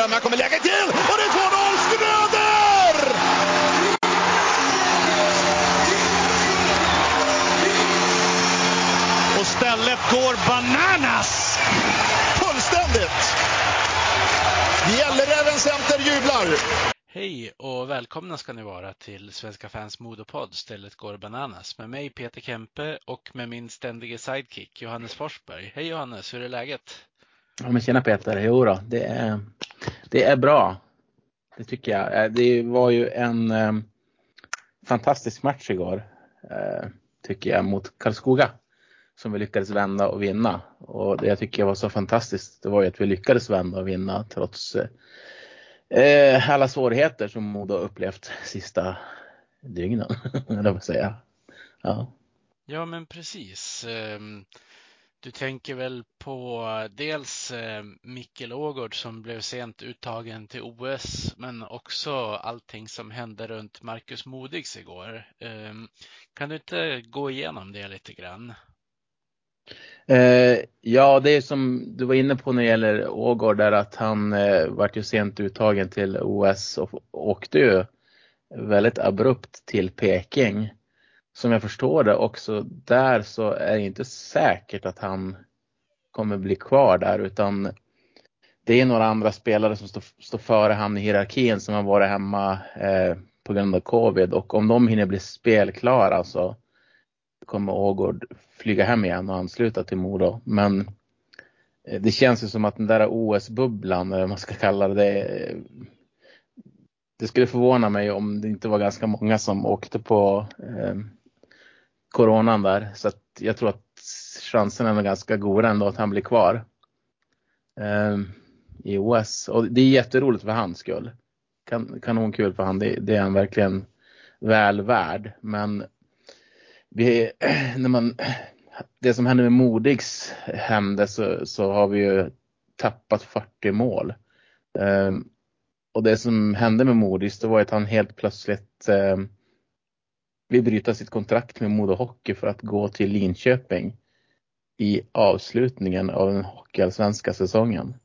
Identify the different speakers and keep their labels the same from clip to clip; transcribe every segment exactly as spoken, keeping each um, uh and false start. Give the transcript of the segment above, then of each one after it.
Speaker 1: Lindström, här kommer läget till och det är två noll Schröder! Och stället går bananas! Fullständigt! Gälleräven Center jublar!
Speaker 2: Hej och välkomna ska ni vara till Svenska Fans Modopodd, stället går bananas, med mig Peter Kempe och med min ständige sidekick Johannes Forsberg. Hej Johannes, hur är läget?
Speaker 3: Ja, men tjena Peter, jo då, det är, det är bra, det tycker jag. Det var ju en eh, fantastisk match igår, eh, tycker jag, mot Karlskoga, som vi lyckades vända och vinna. Och det jag tycker var så fantastiskt, det var ju att vi lyckades vända och vinna trots eh, alla svårigheter som Modo upplevt sista dygnen, eller vad säga. Ja.
Speaker 2: Ja men precis. Du tänker väl på dels Mikkel Ågård som blev sent uttagen till O S, men också allting som hände runt Marcus Modigs igår. Kan du inte gå igenom det lite grann?
Speaker 3: Eh, ja, det är som du var inne på när det gäller Ågård, där att han eh, vart ju sent uttagen till O S och åkte ju väldigt abrupt till Peking. Som jag förstår det också, där så är det inte säkert att han kommer bli kvar där, utan det är några andra spelare som står, står före han i hierarkin som har varit hemma eh, på grund av covid, och om de hinner bli spelklara så kommer Ågård flyga hem igen och ansluta till Modo. Men eh, det känns ju som att den där O S-bubblan, eller man ska kalla det, det, det skulle förvåna mig om det inte var ganska många som åkte på eh, coronan där. Så att jag tror att chansen är ganska god ändå att han blir kvar eh, i O S. Och det är jätteroligt för hans skull. Kan, kanonkul för han. Det, det är han verkligen väl värd. Men vi, när man, det som hände med Modigs hände, så, så har vi ju tappat fyrtio mål. Eh, och det som hände med Modigs, det var att han helt plötsligt eh, vill bryta sitt kontrakt med Modo Hockey för att gå till Linköping i avslutningen av den hockeyallsvenska säsongen.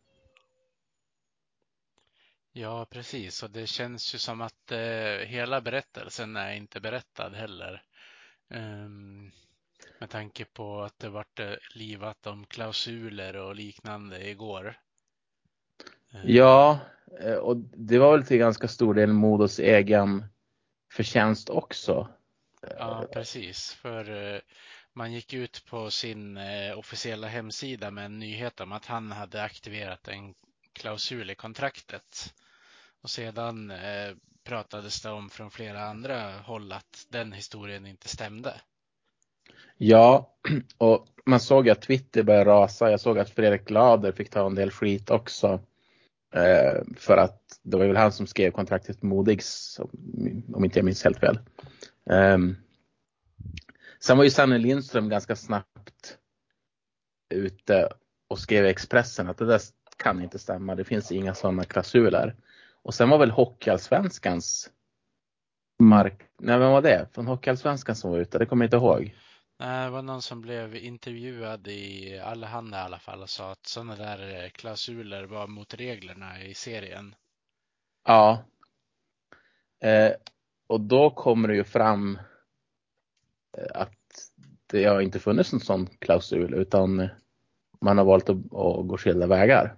Speaker 2: Ja, precis. Och det känns ju som att eh, hela berättelsen är inte berättad heller. Um, med tanke på att det vart eh, livat om klausuler och liknande igår. Um,
Speaker 3: Ja, och det var väl till ganska stor del Modos egen förtjänst också.
Speaker 2: Ja, precis. För eh, man gick ut på sin eh, officiella hemsida med en nyhet om att han hade aktiverat en klausul i kontraktet. Och sedan eh, pratades det om från flera andra håll att den historien inte stämde.
Speaker 3: Ja, och man såg att Twitter började rasa. Jag såg att Fredrik Glader fick ta en del skit också. Eh, för att det var väl han som skrev kontraktet med Modigs, om inte jag minns helt fel. Eh, sen var ju Sanne Lindström ganska snabbt ute och skrev i Expressen att det där kan inte stämma. Det finns inga sådana klausuler. Och sen var väl Hockeyallsvenskans Mark... Nej, vem var det? Från Hockeyallsvenskan som var ute, det kommer jag inte ihåg.
Speaker 2: Nej, det var någon som blev intervjuad i Allehanda i alla fall och sa att sådana där klausuler var mot reglerna i serien.
Speaker 3: Ja. Eh, och då kommer det ju fram att det har inte funnits en sån klausul, utan man har valt att, att gå skilda vägar.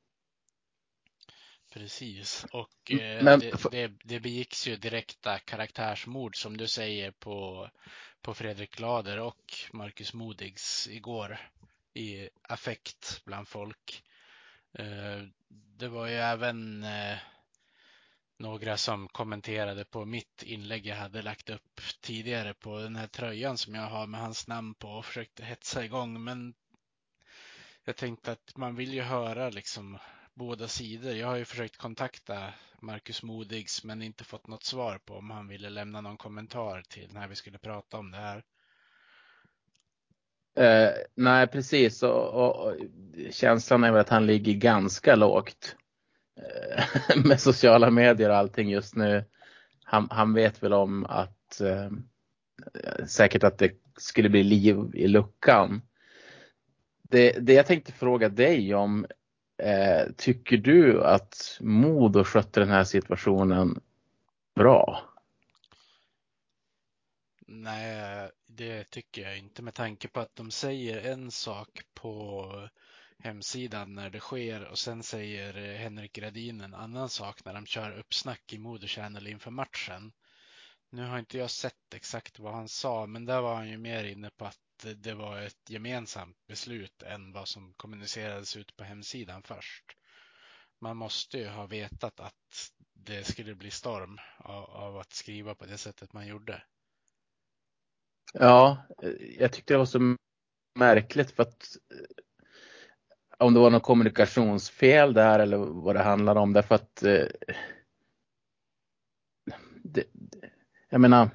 Speaker 2: Precis, och eh,
Speaker 3: Men,
Speaker 2: det, det, det begicks ju direkta karaktärsmord som du säger på, på Fredrik Glader och Marcus Modigs igår i affekt bland folk. Eh, det var ju även eh, några som kommenterade på mitt inlägg jag hade lagt upp tidigare på den här tröjan som jag har med hans namn på och försökte hetsa igång, men jag tänkte att man vill ju höra liksom båda sidor. Jag har ju försökt kontakta Marcus Modigs men inte fått något svar på om han ville lämna någon kommentar till när vi skulle prata om det här.
Speaker 3: eh, nej, precis. Och, och, och känslan är väl att han ligger ganska lågt eh, med sociala medier och allting just nu. Han, han vet väl om att eh, säkert att det skulle bli liv i luckan. Det, det jag tänkte fråga dig om Eh, tycker du att Modo skötte den här situationen bra?
Speaker 2: Nej, det tycker jag inte med tanke på att de säger en sak på hemsidan när det sker och sen säger Henrik Gradin en annan sak när de kör uppsnack i Modo Channel inför matchen. Nu har inte jag sett exakt vad han sa, men där var han ju mer inne på att det var ett gemensamt beslut än vad som kommunicerades ut på hemsidan först. Man måste ju ha vetat att det skulle bli storm av, av att skriva på det sättet man gjorde.
Speaker 3: Ja, jag tyckte det var så märkligt för att om det var något kommunikationsfel där eller vad det handlar om, därför att eh, det, jag menar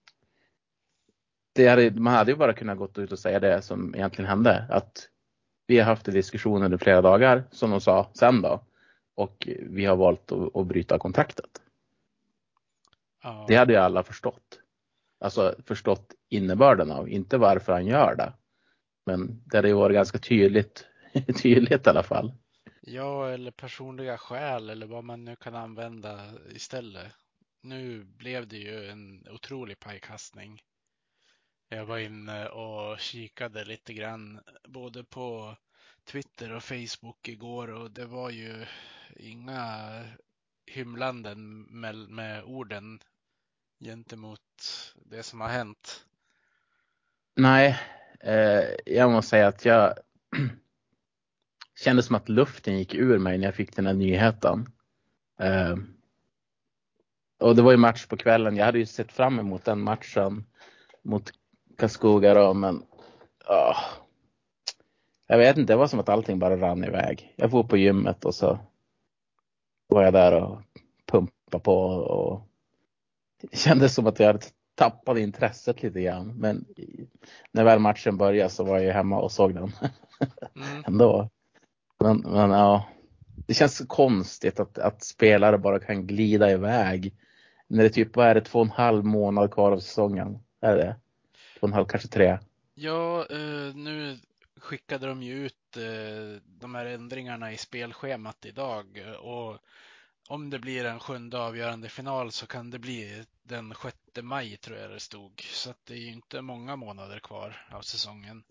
Speaker 3: det hade, man hade ju bara kunnat gått ut och säga det som egentligen hände, att vi har haft en diskussion under flera dagar som de sa sen då, och vi har valt att, att bryta kontraktet.
Speaker 2: Ja.
Speaker 3: Det hade ju alla förstått, alltså förstått innebörden av, inte varför han gör det, men det hade ju varit ganska tydligt tydligt i alla fall.
Speaker 2: Ja, eller personliga skäl eller vad man nu kan använda istället. Nu blev det ju en otrolig pajkastning. Jag var inne och kikade lite grann både på Twitter och Facebook igår och det var ju inga hymlanden med, med orden gentemot det som har hänt.
Speaker 3: Nej, eh, jag måste säga att jag kände som att luften gick ur mig när jag fick den här nyheten. Eh, och det var ju match på kvällen. Jag hade ju sett fram emot den matchen mot Karlskoga då, men åh, jag vet inte, det var som att allting bara rann iväg. Jag var på gymmet och så var jag där och pumpade på och det kändes som att jag hade tappat intresset lite grann. Men när väl matchen började så var jag hemma och såg den
Speaker 2: Mm.
Speaker 3: ändå. Men, men ja, det känns konstigt att, att spelare bara kan glida iväg när det typ är det två och en halv månad kvar av säsongen. Är det två och en halv, kanske tre?
Speaker 2: Ja, eh, nu skickade de ju ut eh, de här ändringarna i spelschemat idag och om det blir en sjunde avgörande final så kan det bli den sjätte maj tror jag det stod. Så att det är ju inte många månader kvar av säsongen.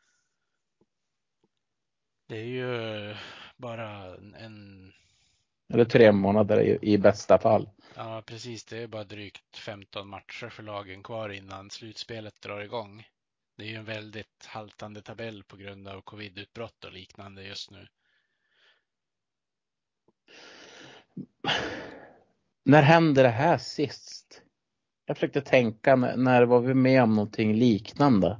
Speaker 2: Det är ju bara en...
Speaker 3: Eller tre månader i, i bästa fall.
Speaker 2: Ja, precis. Det är bara drygt femton matcher för lagen kvar innan slutspelet drar igång. Det är ju en väldigt haltande tabell på grund av covid-utbrott och liknande just nu.
Speaker 3: När hände det här sist? Jag försökte tänka, när, när var vi med om någonting liknande?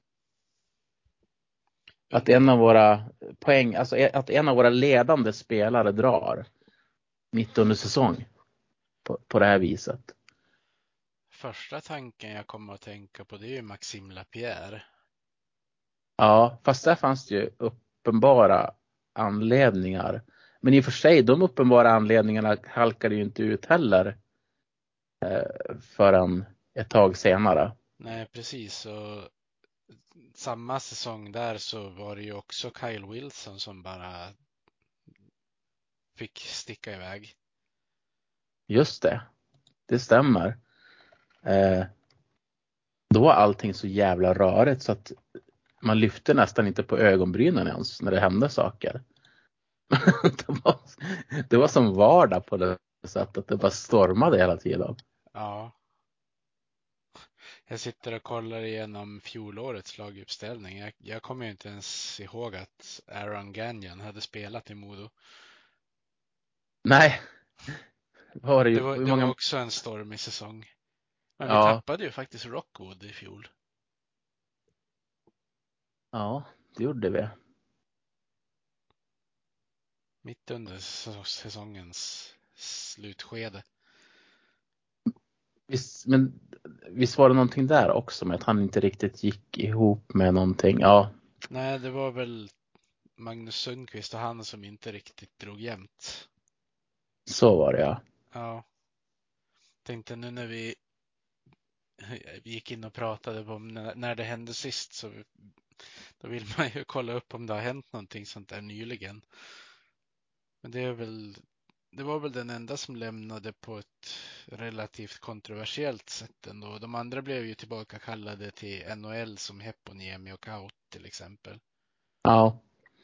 Speaker 3: Att en av våra poäng, alltså att en av våra ledande spelare drar mitt under säsong på, på det här viset.
Speaker 2: Första tanken jag kommer att tänka på det är ju Maxime Lapierre.
Speaker 3: Ja, fast där fanns det ju uppenbara anledningar. Men i och för sig, de uppenbara anledningarna halkade ju inte ut heller eh, förrän ett tag senare.
Speaker 2: Nej, precis. Och samma säsong där så var det ju också Kyle Wilson som bara fick sticka iväg.
Speaker 3: Just det, det stämmer. Eh, då var allting så jävla rörigt så att man lyfte nästan inte på ögonbrynen ens när det hände saker. det, var, det var som vardag på det sättet att det bara stormade hela tiden.
Speaker 2: Ja. Jag sitter och kollar igenom fjolårets laguppställning. Jag, jag kommer ju inte ens ihåg att Aaron Gagnon hade spelat i Modo.
Speaker 3: Nej, var det,
Speaker 2: Det
Speaker 3: ju,
Speaker 2: var,
Speaker 3: hur
Speaker 2: det var
Speaker 3: många...
Speaker 2: också en stormig säsong. Men vi
Speaker 3: Ja,
Speaker 2: tappade ju faktiskt Rockwood i fjol.
Speaker 3: ja, det gjorde vi.
Speaker 2: Mitt under säsongens slutskede.
Speaker 3: Visst, men visst var det någonting där också med att han inte riktigt gick ihop med någonting. Ja,
Speaker 2: Nej, det var väl Magnus Sundqvist och han som inte riktigt drog jämnt.
Speaker 3: så var det ja.
Speaker 2: Ja. Tänkte nu när vi, vi gick in och pratade om när, när det hände sist så då vill man ju kolla upp om det har hänt någonting sånt där nyligen. Men det är väl, det var väl den enda som lämnade på ett relativt kontroversiellt sätt ändå. De andra blev ju tillbaka kallade till N H L som Heponiemi och Kaut till exempel.
Speaker 3: Ja.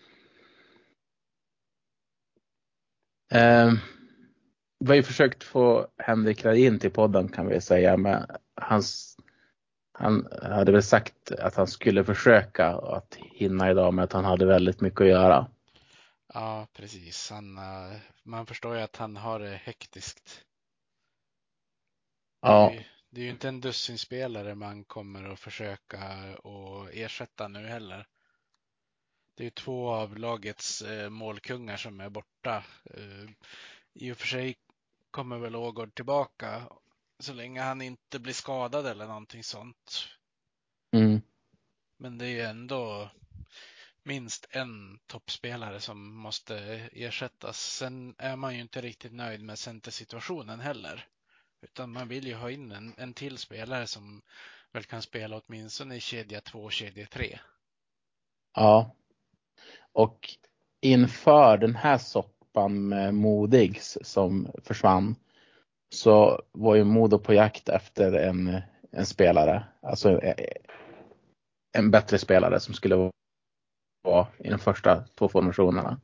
Speaker 3: Eh, vi har ju försökt få Henrik Radin till podden kan vi säga, men hans, han hade väl sagt att han skulle försöka att hinna idag, med att han hade väldigt mycket att göra.
Speaker 2: Ja, precis. Han, eh, man förstår ju att han har det hektiskt. Det är
Speaker 3: Ja,
Speaker 2: ju, det är ju inte en dussinspelare man kommer att försöka att ersätta nu heller. Det är ju två av lagets eh, målkungar som är borta. Eh, I och för sig kommer väl Ågård tillbaka så länge han inte blir skadad eller någonting sånt.
Speaker 3: mm.
Speaker 2: Men det är ju ändå minst en toppspelare som måste ersättas. Sen är man ju inte riktigt nöjd med centersituationen heller. Utan man vill ju ha in en, en till spelare som väl kan spela åtminstone i kedja två och kedja tre.
Speaker 3: Ja. Och inför den här soppan med Modigs som försvann, så var ju Modo på jakt efter en, en spelare. Alltså en bättre spelare som skulle vara i de första två formationerna.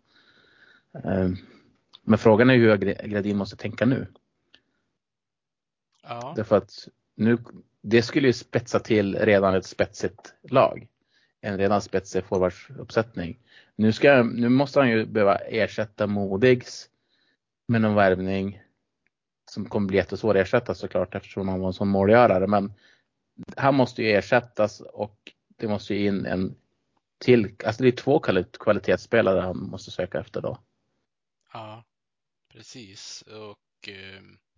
Speaker 3: Men frågan är hur Gradin måste tänka nu.
Speaker 2: Ja.
Speaker 3: Därför att nu, det skulle ju spetsa till redan ett spetsigt lag. En redan spetsig forwardsuppsättning. Nu, ska, nu måste han ju behöva ersätta Modigs med någon värvning som kommer bli jättesvår att ersätta såklart, eftersom han var en sån målgörare. Men han måste ju ersättas, och det måste ju in en till. Alltså det är två kvalitetsspelare han måste söka efter då.
Speaker 2: Ja, precis. Och eh,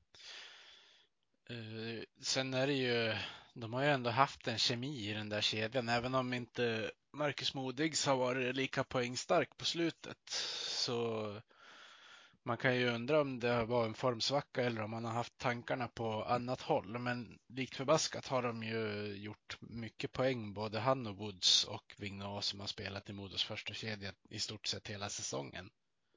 Speaker 2: eh, sen är det ju, de har ju ändå haft en kemi i den där kedjan, även om inte Marcus Modigs har varit lika poängstark på slutet. Så man kan ju undra om det var en formsvacka eller om man har haft tankarna på annat håll. Men likt förbaskat har de ju gjort mycket poäng, både han och Woods och Vigneault som har spelat i Modos första kedja i stort sett hela säsongen.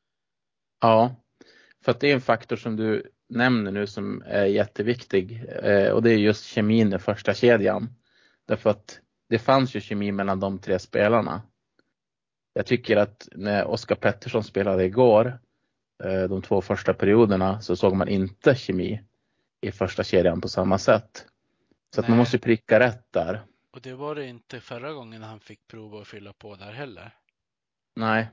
Speaker 3: Ja, för att det är en faktor som du nämner nu som är jätteviktig, eh, och det är just kemin i första kedjan. Därför att det fanns ju kemi mellan de tre spelarna. Jag tycker att när Oskar Pettersson spelade igår, eh, de två första perioderna, så såg man inte kemi i första kedjan på samma sätt. Så att man
Speaker 2: Nej.
Speaker 3: måste pricka rätt där.
Speaker 2: Och det var det inte förra gången han fick prova att fylla på där heller.
Speaker 3: Nej.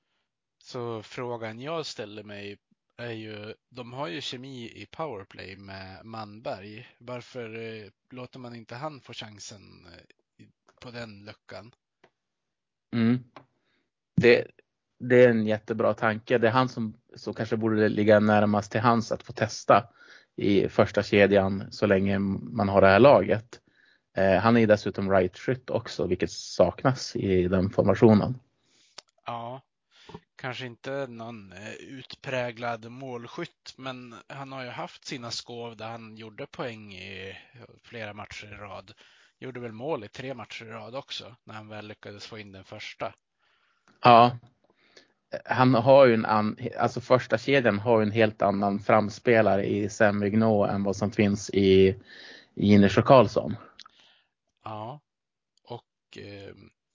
Speaker 2: Så frågan jag ställer mig är ju, de har ju kemi i powerplay med Manberg. Varför eh, låter man inte han få chansen eh, på den luckan?
Speaker 3: Mm. Det, det är en jättebra tanke. Det är han som, som kanske borde ligga närmast till hands att få testa i första kedjan så länge man har det här laget. Eh, han är dessutom right-skytt också, vilket saknas i den formationen.
Speaker 2: Ja, kanske inte någon eh, utpräglad målskytt, men han har ju haft sina skov där han gjorde poäng i flera matcher i rad. Gjorde väl mål i tre matcher i rad också när han väl lyckades få in den första.
Speaker 3: Ja, han har ju en an, alltså första kedjan har ju en helt annan framspelare i Sam Vigneault än vad som finns i, i Ines och Karlsson.
Speaker 2: Ja, och eh,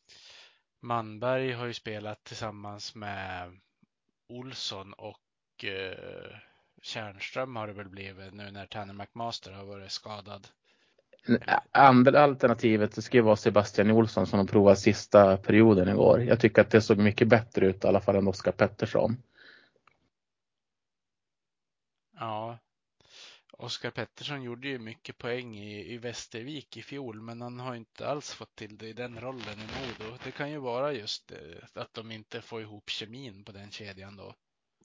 Speaker 2: Manberg har ju spelat tillsammans med Olsson och eh, Tjärnström har det väl blivit nu när Tanner McMaster har varit skadad.
Speaker 3: Andra alternativet ska ju vara Sebastian Olsson som de provade sista perioden igår. Jag tycker att det såg mycket bättre ut i alla fall än Oskar Pettersson.
Speaker 2: Ja, Oskar Pettersson gjorde ju mycket poäng i, i Västervik i fjol, men han har inte alls fått till det i den rollen i Modo. Det kan ju vara just det, att de inte får ihop kemin på den kedjan då.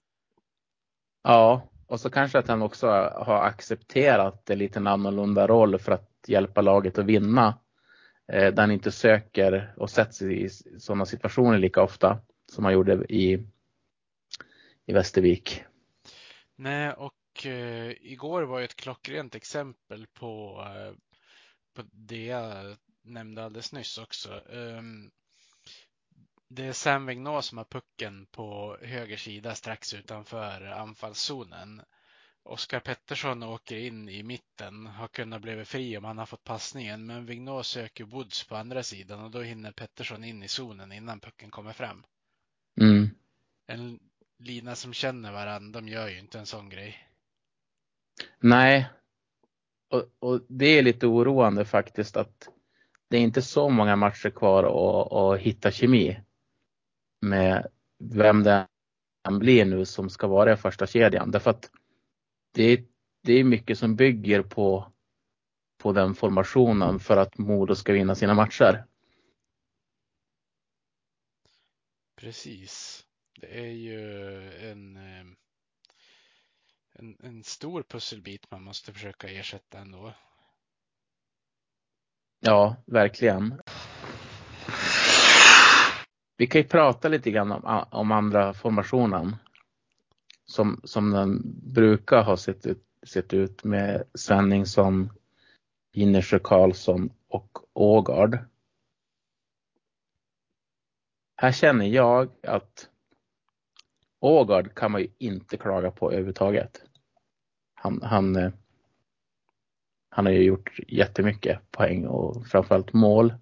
Speaker 3: Ja, och så kanske att han också har accepterat en lite annorlunda roll för att hjälpa laget att vinna. Eh, där han inte söker och sätts i sådana situationer lika ofta som han gjorde i, i Västervik.
Speaker 2: Nej, och eh, igår var ju ett klockrent exempel på, eh, på det jag nämnde alldeles nyss också. Um, det är Sam Vigneault som har pucken på höger sida strax utanför anfallszonen. Oskar Pettersson åker in i mitten, har kunnat bli fri om han har fått passningen, men Vigneault söker Woods på andra sidan och då hinner Pettersson in i zonen innan pucken kommer fram.
Speaker 3: Mm.
Speaker 2: En lina som känner varandra, de gör ju inte en sån grej.
Speaker 3: Nej, och, och det är lite oroande faktiskt att det är inte så många matcher kvar att, att hitta kemi med vem det än blir nu som ska vara i första kedjan. Därför att det är, det är mycket som bygger på, på den formationen för att Modo ska vinna sina matcher.
Speaker 2: Precis. Det är ju en, en, en stor pusselbit man måste försöka ersätta ändå.
Speaker 3: Ja, verkligen. Vi kan ju prata lite grann om, om andra formationen. Som, som den brukar ha sett ut, sett ut med Svenningsson, Ginnersjö Karlsson och Ågard. Här känner jag att Ågard kan man ju inte klaga på överhuvudtaget. Han, han, han har ju gjort jättemycket poäng och framförallt mål.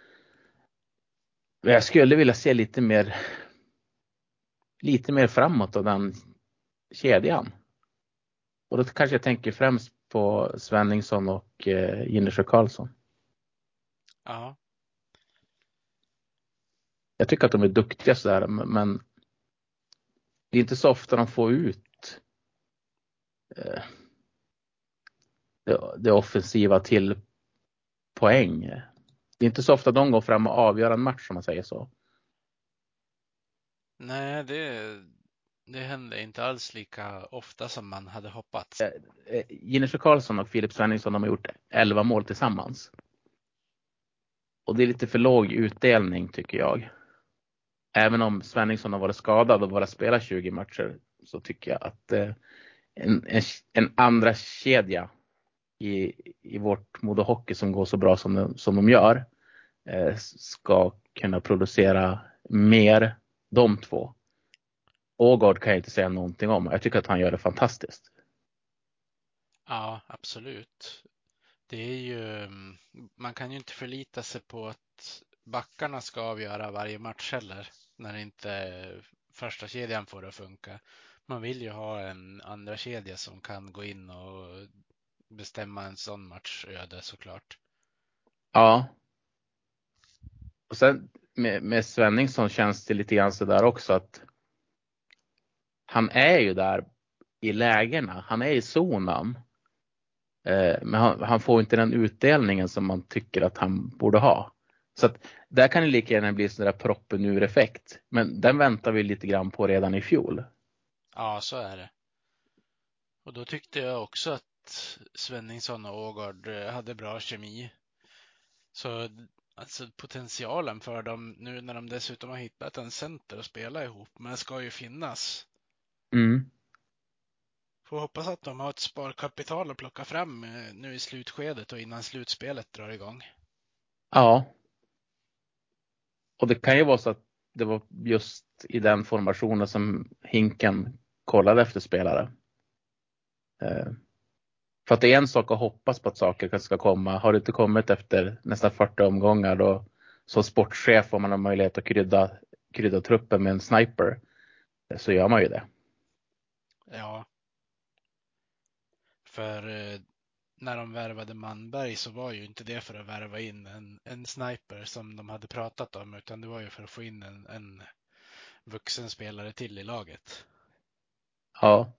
Speaker 3: Men jag skulle vilja se lite mer lite mer framåt av den kedjan. Och då kanske jag tänker främst på Svenningsson och eh, Ginnersjö Karlsson.
Speaker 2: Ja.
Speaker 3: Jag tycker att de är duktiga så där, men det är inte så ofta de får ut eh, det, det offensiva till poäng. Det är inte så ofta de går fram och avgör en match, som man säger så.
Speaker 2: Nej, det, det händer inte alls lika ofta som man hade hoppats.
Speaker 3: Eh, Ginnersjö Karlsson och Filip Svenningsson, de har gjort elva mål tillsammans. Och det är lite för låg utdelning tycker jag. Även om Svenningsson har varit skadad och bara spelat tjugo matcher, så tycker jag att eh, en, en, en andra kedja i, i vårt Modo Hockey som går så bra som de, som de gör eh, ska kunna producera mer, de två. Ågård kan jag inte säga någonting om. Jag tycker att han gör det fantastiskt.
Speaker 2: Ja, absolut. Det är ju, man kan ju inte förlita sig på att backarna ska avgöra varje match heller, när inte första kedjan får det att funka. Man vill ju ha en andra kedja som kan gå in och bestämma en sån match öde, såklart.
Speaker 3: Ja. Och sen med, med Svenningsson känns det lite grann så där också att han är ju där i lägena. Han är i zonen. Eh, men han, han får inte den utdelningen som man tycker att han borde ha. Så att där kan det lika gärna bli sån där proppen ur effekt. Men den väntar vi lite grann på redan i fjol.
Speaker 2: Ja, så är det. Och då tyckte jag också att Svenningsson och Ågård hade bra kemi. Så alltså potentialen för dem nu när de dessutom har hittat en center att spela ihop, men ska ju finnas.
Speaker 3: Mm.
Speaker 2: Får hoppas att de har ett sparkapital att plocka fram nu i slutskedet och innan slutspelet drar igång.
Speaker 3: Ja. Och det kan ju vara så att det var just i den formationen som Hinken kollade efter spelare. Eh, för att det är en sak att hoppas på att saker ska komma. Har det inte kommit efter nästan fyrtio omgångar, då som sportchef, om man har möjlighet att krydda, krydda truppen med en sniper, så gör man ju det.
Speaker 2: Ja. För eh, när de värvade Manberg så var ju inte det för att värva in en, en sniper som de hade pratat om, utan det var ju för att få in en, en vuxen spelare till i laget.
Speaker 3: Ja.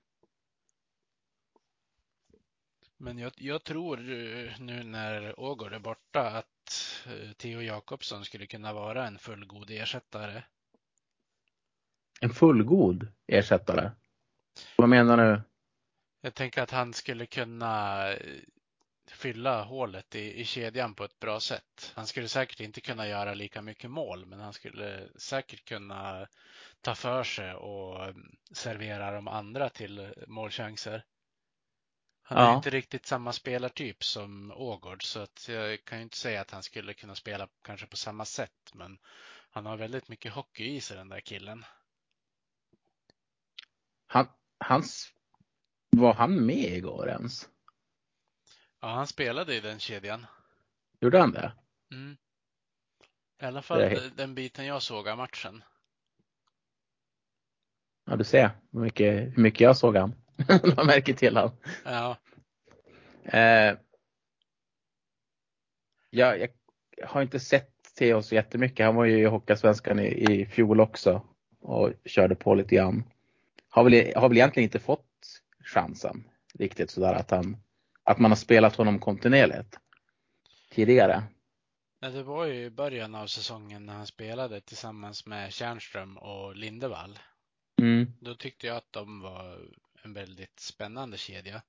Speaker 2: Men jag, jag tror nu när Ågård är borta att Theo Jakobsson skulle kunna vara en fullgod ersättare.
Speaker 3: En fullgod ersättare? Vad menar du?
Speaker 2: Jag tänker att han skulle kunna fylla hålet i, i kedjan på ett bra sätt. Han skulle säkert inte kunna göra lika mycket mål, men han skulle säkert kunna ta för sig och servera de andra till målchanser. Han är ju
Speaker 3: Ja.
Speaker 2: inte riktigt samma spelartyp som Ågård, så att jag kan ju inte säga att han skulle kunna spela kanske på samma sätt, men Han har väldigt mycket hockey i sig, den där killen.
Speaker 3: Han, hans, var han med igår ens?
Speaker 2: Ja, han spelade i den kedjan.
Speaker 3: Gjorde han det?
Speaker 2: Mm. I alla
Speaker 3: Det
Speaker 2: fall
Speaker 3: är-
Speaker 2: den biten jag såg av matchen.
Speaker 3: Ja, du ser hur mycket, hur mycket jag såg han. Jag märker till han.
Speaker 2: Ja,
Speaker 3: Eh, jag, jag har inte sett Theo så jättemycket. Han var ju i Hockeyallsvenskan i, i fjol också och körde på lite grann. Har väl, har väl egentligen inte fått chansen riktigt sådär att han att man har spelat honom kontinuerligt tidigare.
Speaker 2: men det var ju i början av säsongen när han spelade tillsammans med Tjärnström och Lindevall.
Speaker 3: Mm.
Speaker 2: Då tyckte jag att de var en väldigt spännande kedja.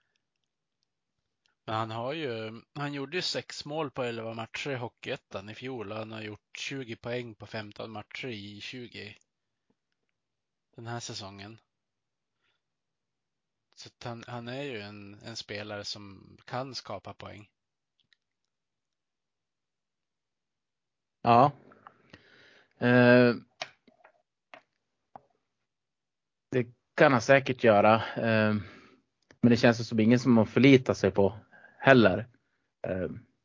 Speaker 2: Men han har ju, han gjorde ju sex mål på elva matcher i Hockeyettan i fjol och han har gjort tjugo poäng på femton matcher i tjugo den här säsongen. Så att han, han är ju en, en spelare som kan skapa poäng.
Speaker 3: Ja. Eh, det kan han säkert göra. Eh, men det känns som ingen som man förlitar sig på heller. Eh,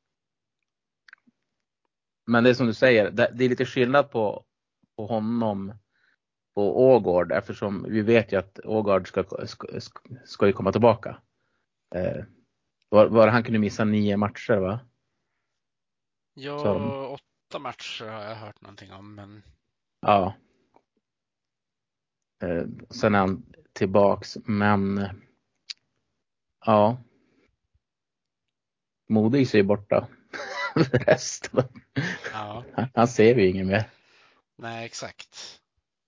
Speaker 3: men det är som du säger, det, det är lite skillnad på, på honom och Ågård eftersom vi vet ju att Ågård ska, ska, ska, ska ju komma tillbaka. Eh, var, var han kunde missa nio matcher va? Sa de.
Speaker 2: Ja, åtta matcher har jag hört någonting om, men
Speaker 3: Ja. Eh, sen är han tillbaks men ja. Modig är ju borta. Resten.
Speaker 2: ja,
Speaker 3: Han ser vi ingen mer.
Speaker 2: nej exakt.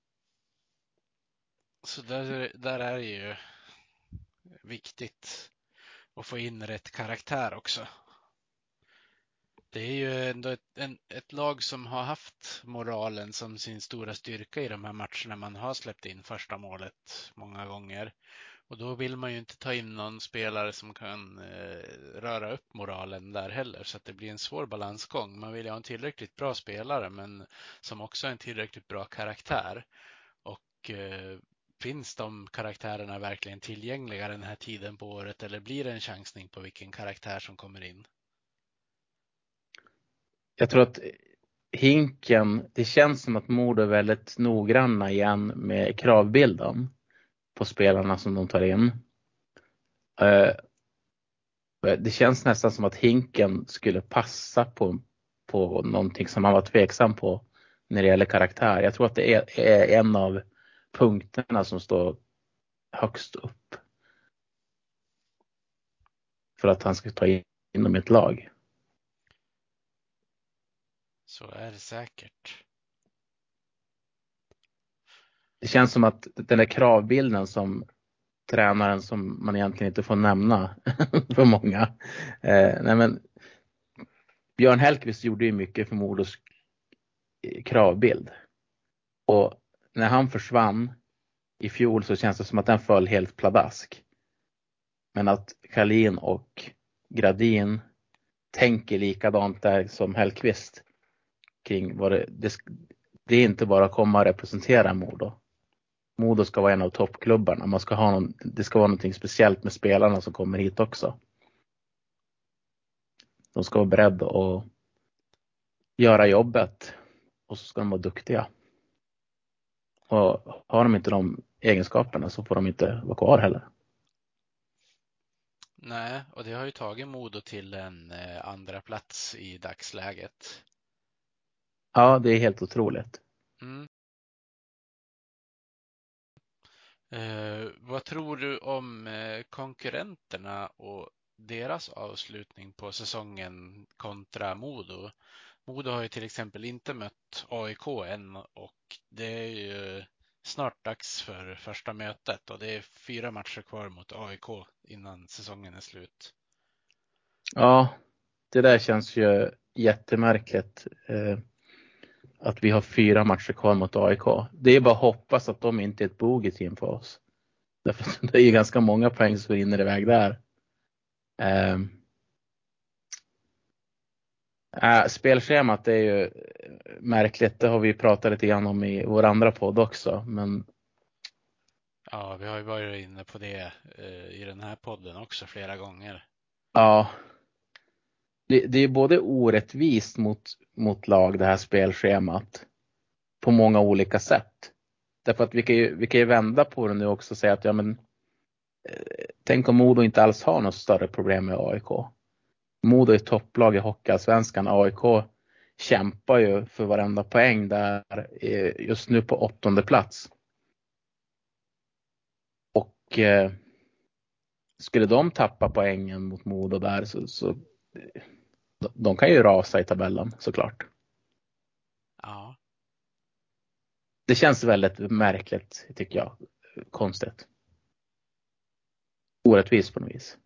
Speaker 2: Så där, där är det ju viktigt att få in rätt karaktär också. Det är ju ändå ett, en, ett lag som har haft moralen som sin stora styrka i de här matcherna. Man har släppt in första målet många gånger. Och då vill man ju inte ta in någon spelare som kan eh, röra upp moralen där heller. Så att det blir en svår balansgång. Man vill ju ha en tillräckligt bra spelare men som också har en tillräckligt bra karaktär. Och eh, finns de karaktärerna verkligen tillgängliga den här tiden på året eller blir det en chansning på vilken karaktär som kommer in?
Speaker 3: Jag tror att Hinken, det känns som att Modo är väldigt noggranna igen med kravbilden på spelarna som de tar in. Eh, Det känns nästan som att Hinken skulle passa på, på någonting som han var tveksam på när det gäller karaktär. Jag tror att det är, är en av punkterna som står högst upp för att han ska ta in inom ett lag.
Speaker 2: Så är det säkert.
Speaker 3: Det känns som att den där kravbilden som tränaren som man egentligen inte får nämna för många. Eh, nej men, Björn Hellkvist gjorde ju mycket för Modos kravbild. Och när han försvann i fjol så känns det som att den föll helt pladask. Men att Kalin och Gradin tänker likadant där som Hellkvist kring vad det, det, det är inte bara att komma och representera Modo. Modo ska vara en av toppklubbarna. Man ska ha någon, det ska vara någonting speciellt med spelarna som kommer hit också. De ska vara beredda att göra jobbet och så ska de vara duktiga. Och har de inte de egenskaperna så får de inte vara kvar heller.
Speaker 2: Nej, och det har ju tagit Modo till en eh, andra plats i dagsläget.
Speaker 3: Ja, det är helt otroligt.
Speaker 2: Mm. Eh, vad tror du om eh, konkurrenterna och deras avslutning på säsongen kontra Modo? Modo har ju till exempel inte mött A I K än och det är ju snart dags för första mötet och det är fyra matcher kvar mot A I K innan säsongen är slut.
Speaker 3: Ja, det där känns ju jättemärkligt. Eh, att vi har fyra matcher kvar mot A I K. Det är bara att hoppas att de inte är ett bogeyteam för oss. Därför det är ju ganska många poäng som rinner iväg där. Eh, Äh, spelschemat är ju märkligt. Det har vi pratat lite grann om i vår andra podd också. Men
Speaker 2: Ja, vi har ju varit inne på det eh, i den här podden också flera gånger.
Speaker 3: ja, det, det är både orättvist mot, mot lag det här spelschemat på många olika sätt. Därför att vi kan ju, vi kan ju vända på det nu också och säga att ja, men, eh, tänk om Modo inte alls har något större problem med A I K. Modo är topplag i Hockeyallsvenskan. A I K kämpar ju för varenda poäng där, eh, just nu på åttonde plats. Och eh, skulle de tappa poängen mot Modo där så, så de, de kan ju rasa i tabellen såklart.
Speaker 2: Ja,
Speaker 3: Det känns väldigt märkligt tycker jag. Konstigt. Orättvist på något vis.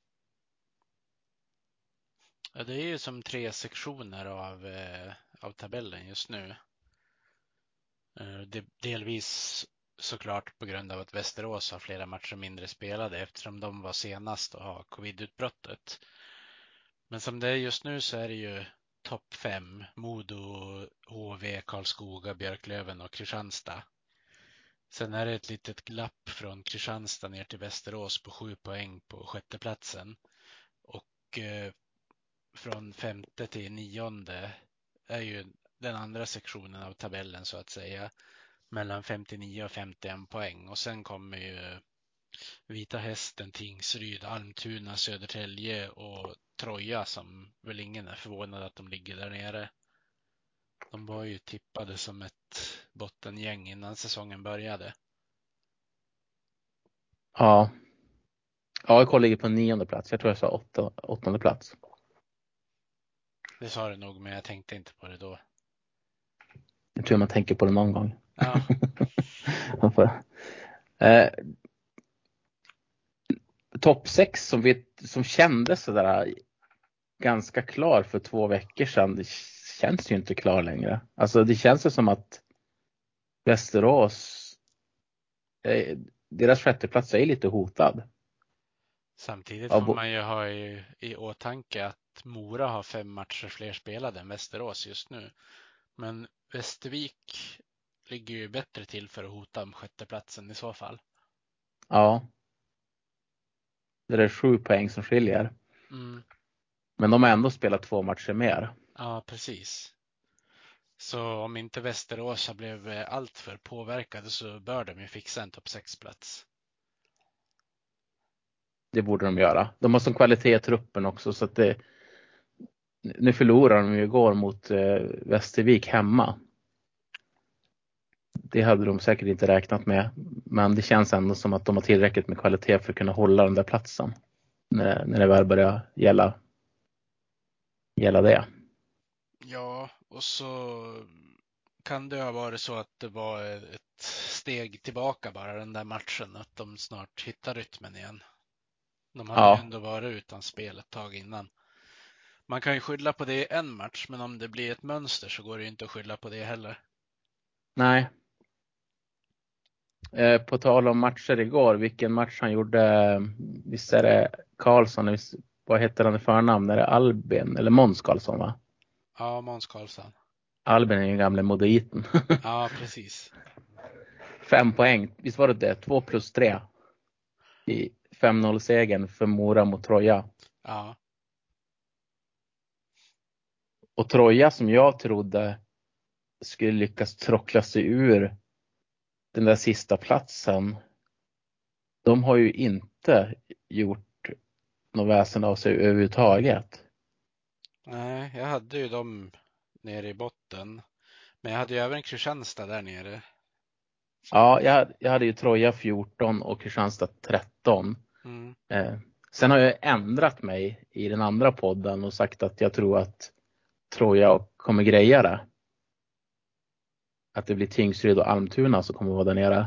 Speaker 2: ja det är ju som tre sektioner av, eh, av tabellen just nu. Eh, det, delvis såklart på grund av att Västerås har flera matcher mindre spelade eftersom de var senast att ha covid-utbrottet. Men som det är just nu så är det ju topp fem, Modo, H V, Karlskoga, Björklöven och Kristianstad. Sen är det ett litet glapp från Kristianstad ner till Västerås på sju poäng på sjätteplatsen. Och eh, från femte till nionde är ju den andra sektionen av tabellen så att säga. Mellan femtionio och femtioen poäng. Och sen kommer ju Vita Hästen, Tingsryd, Almtuna, Södertälje och Troja som väl ingen är förvånad att de ligger där nere. De var ju tippade som ett bottengäng innan säsongen började.
Speaker 3: Ja. A I K ligger på nionde plats. Jag tror jag sa åtta, åttonde plats.
Speaker 2: Det sa du nog, men jag tänkte inte på det då.
Speaker 3: Jag tror man tänker på det någon gång.
Speaker 2: Ja,
Speaker 3: eh, Topp sex som, vi, som kändes sådär ganska klar för två veckor sedan. Det känns ju inte klar längre. Alltså det känns ju som att Västerås, eh, deras sjätteplats är lite hotad.
Speaker 2: samtidigt
Speaker 3: Ja,
Speaker 2: får
Speaker 3: bo-
Speaker 2: man ju ha i, i åtanke att Mora har fem matcher fler spelade än Västerås just nu. Men Västervik ligger ju bättre till för att hota om sjätteplatsen i så fall.
Speaker 3: ja, det är sju poäng som skiljer.
Speaker 2: Mm,
Speaker 3: Men de har ändå spelat två matcher mer.
Speaker 2: ja, precis. Så om inte Västerås har blivit allt för påverkade så bör de ju fixa en topp sex-plats.
Speaker 3: Det borde de göra. De har som kvalitet i truppen också så att det, nu förlorar de ju igår mot eh, Västervik hemma. Det hade de säkert inte räknat med. Men det känns ändå som att de har tillräckligt med kvalitet för att kunna hålla den där platsen. När, när det väl börjar gälla, gälla det.
Speaker 2: Ja, och så kan det ha varit så att det var ett steg tillbaka bara den där matchen. Att de snart hittar rytmen igen. De hade ju
Speaker 3: Ja,
Speaker 2: ändå varit utan spel ett tag innan. Man kan ju skylla på det i en match, men om det blir ett mönster så går det ju inte att skylla på det heller.
Speaker 3: nej. Eh, på tal om matcher igår, vilken match han gjorde, visst är det Karlsson, visst, vad heter han i förnamn? Är det Albin eller Måns Karlsson va?
Speaker 2: Ja, Måns Karlsson.
Speaker 3: Albin är ju gamla moditen.
Speaker 2: Ja, precis.
Speaker 3: Fem poäng, visst var det det? Två plus tre i fem noll-segern för Mora mot Troja.
Speaker 2: Ja,
Speaker 3: Och Troja som jag trodde skulle lyckas trockla sig ur den där sista platsen. De har ju inte gjort något väsen av sig överhuvudtaget.
Speaker 2: nej, jag hade ju dem nere i botten. Men jag hade ju även Kristianstad där nere.
Speaker 3: Ja, jag, jag hade ju Troja fjorton och Kristianstad tretton.
Speaker 2: Mm.
Speaker 3: Eh, sen har jag ändrat mig i den andra podden och sagt att jag tror att Troja kommer greja det. Att det blir Tingsryd och Almtuna som kommer vara där nere.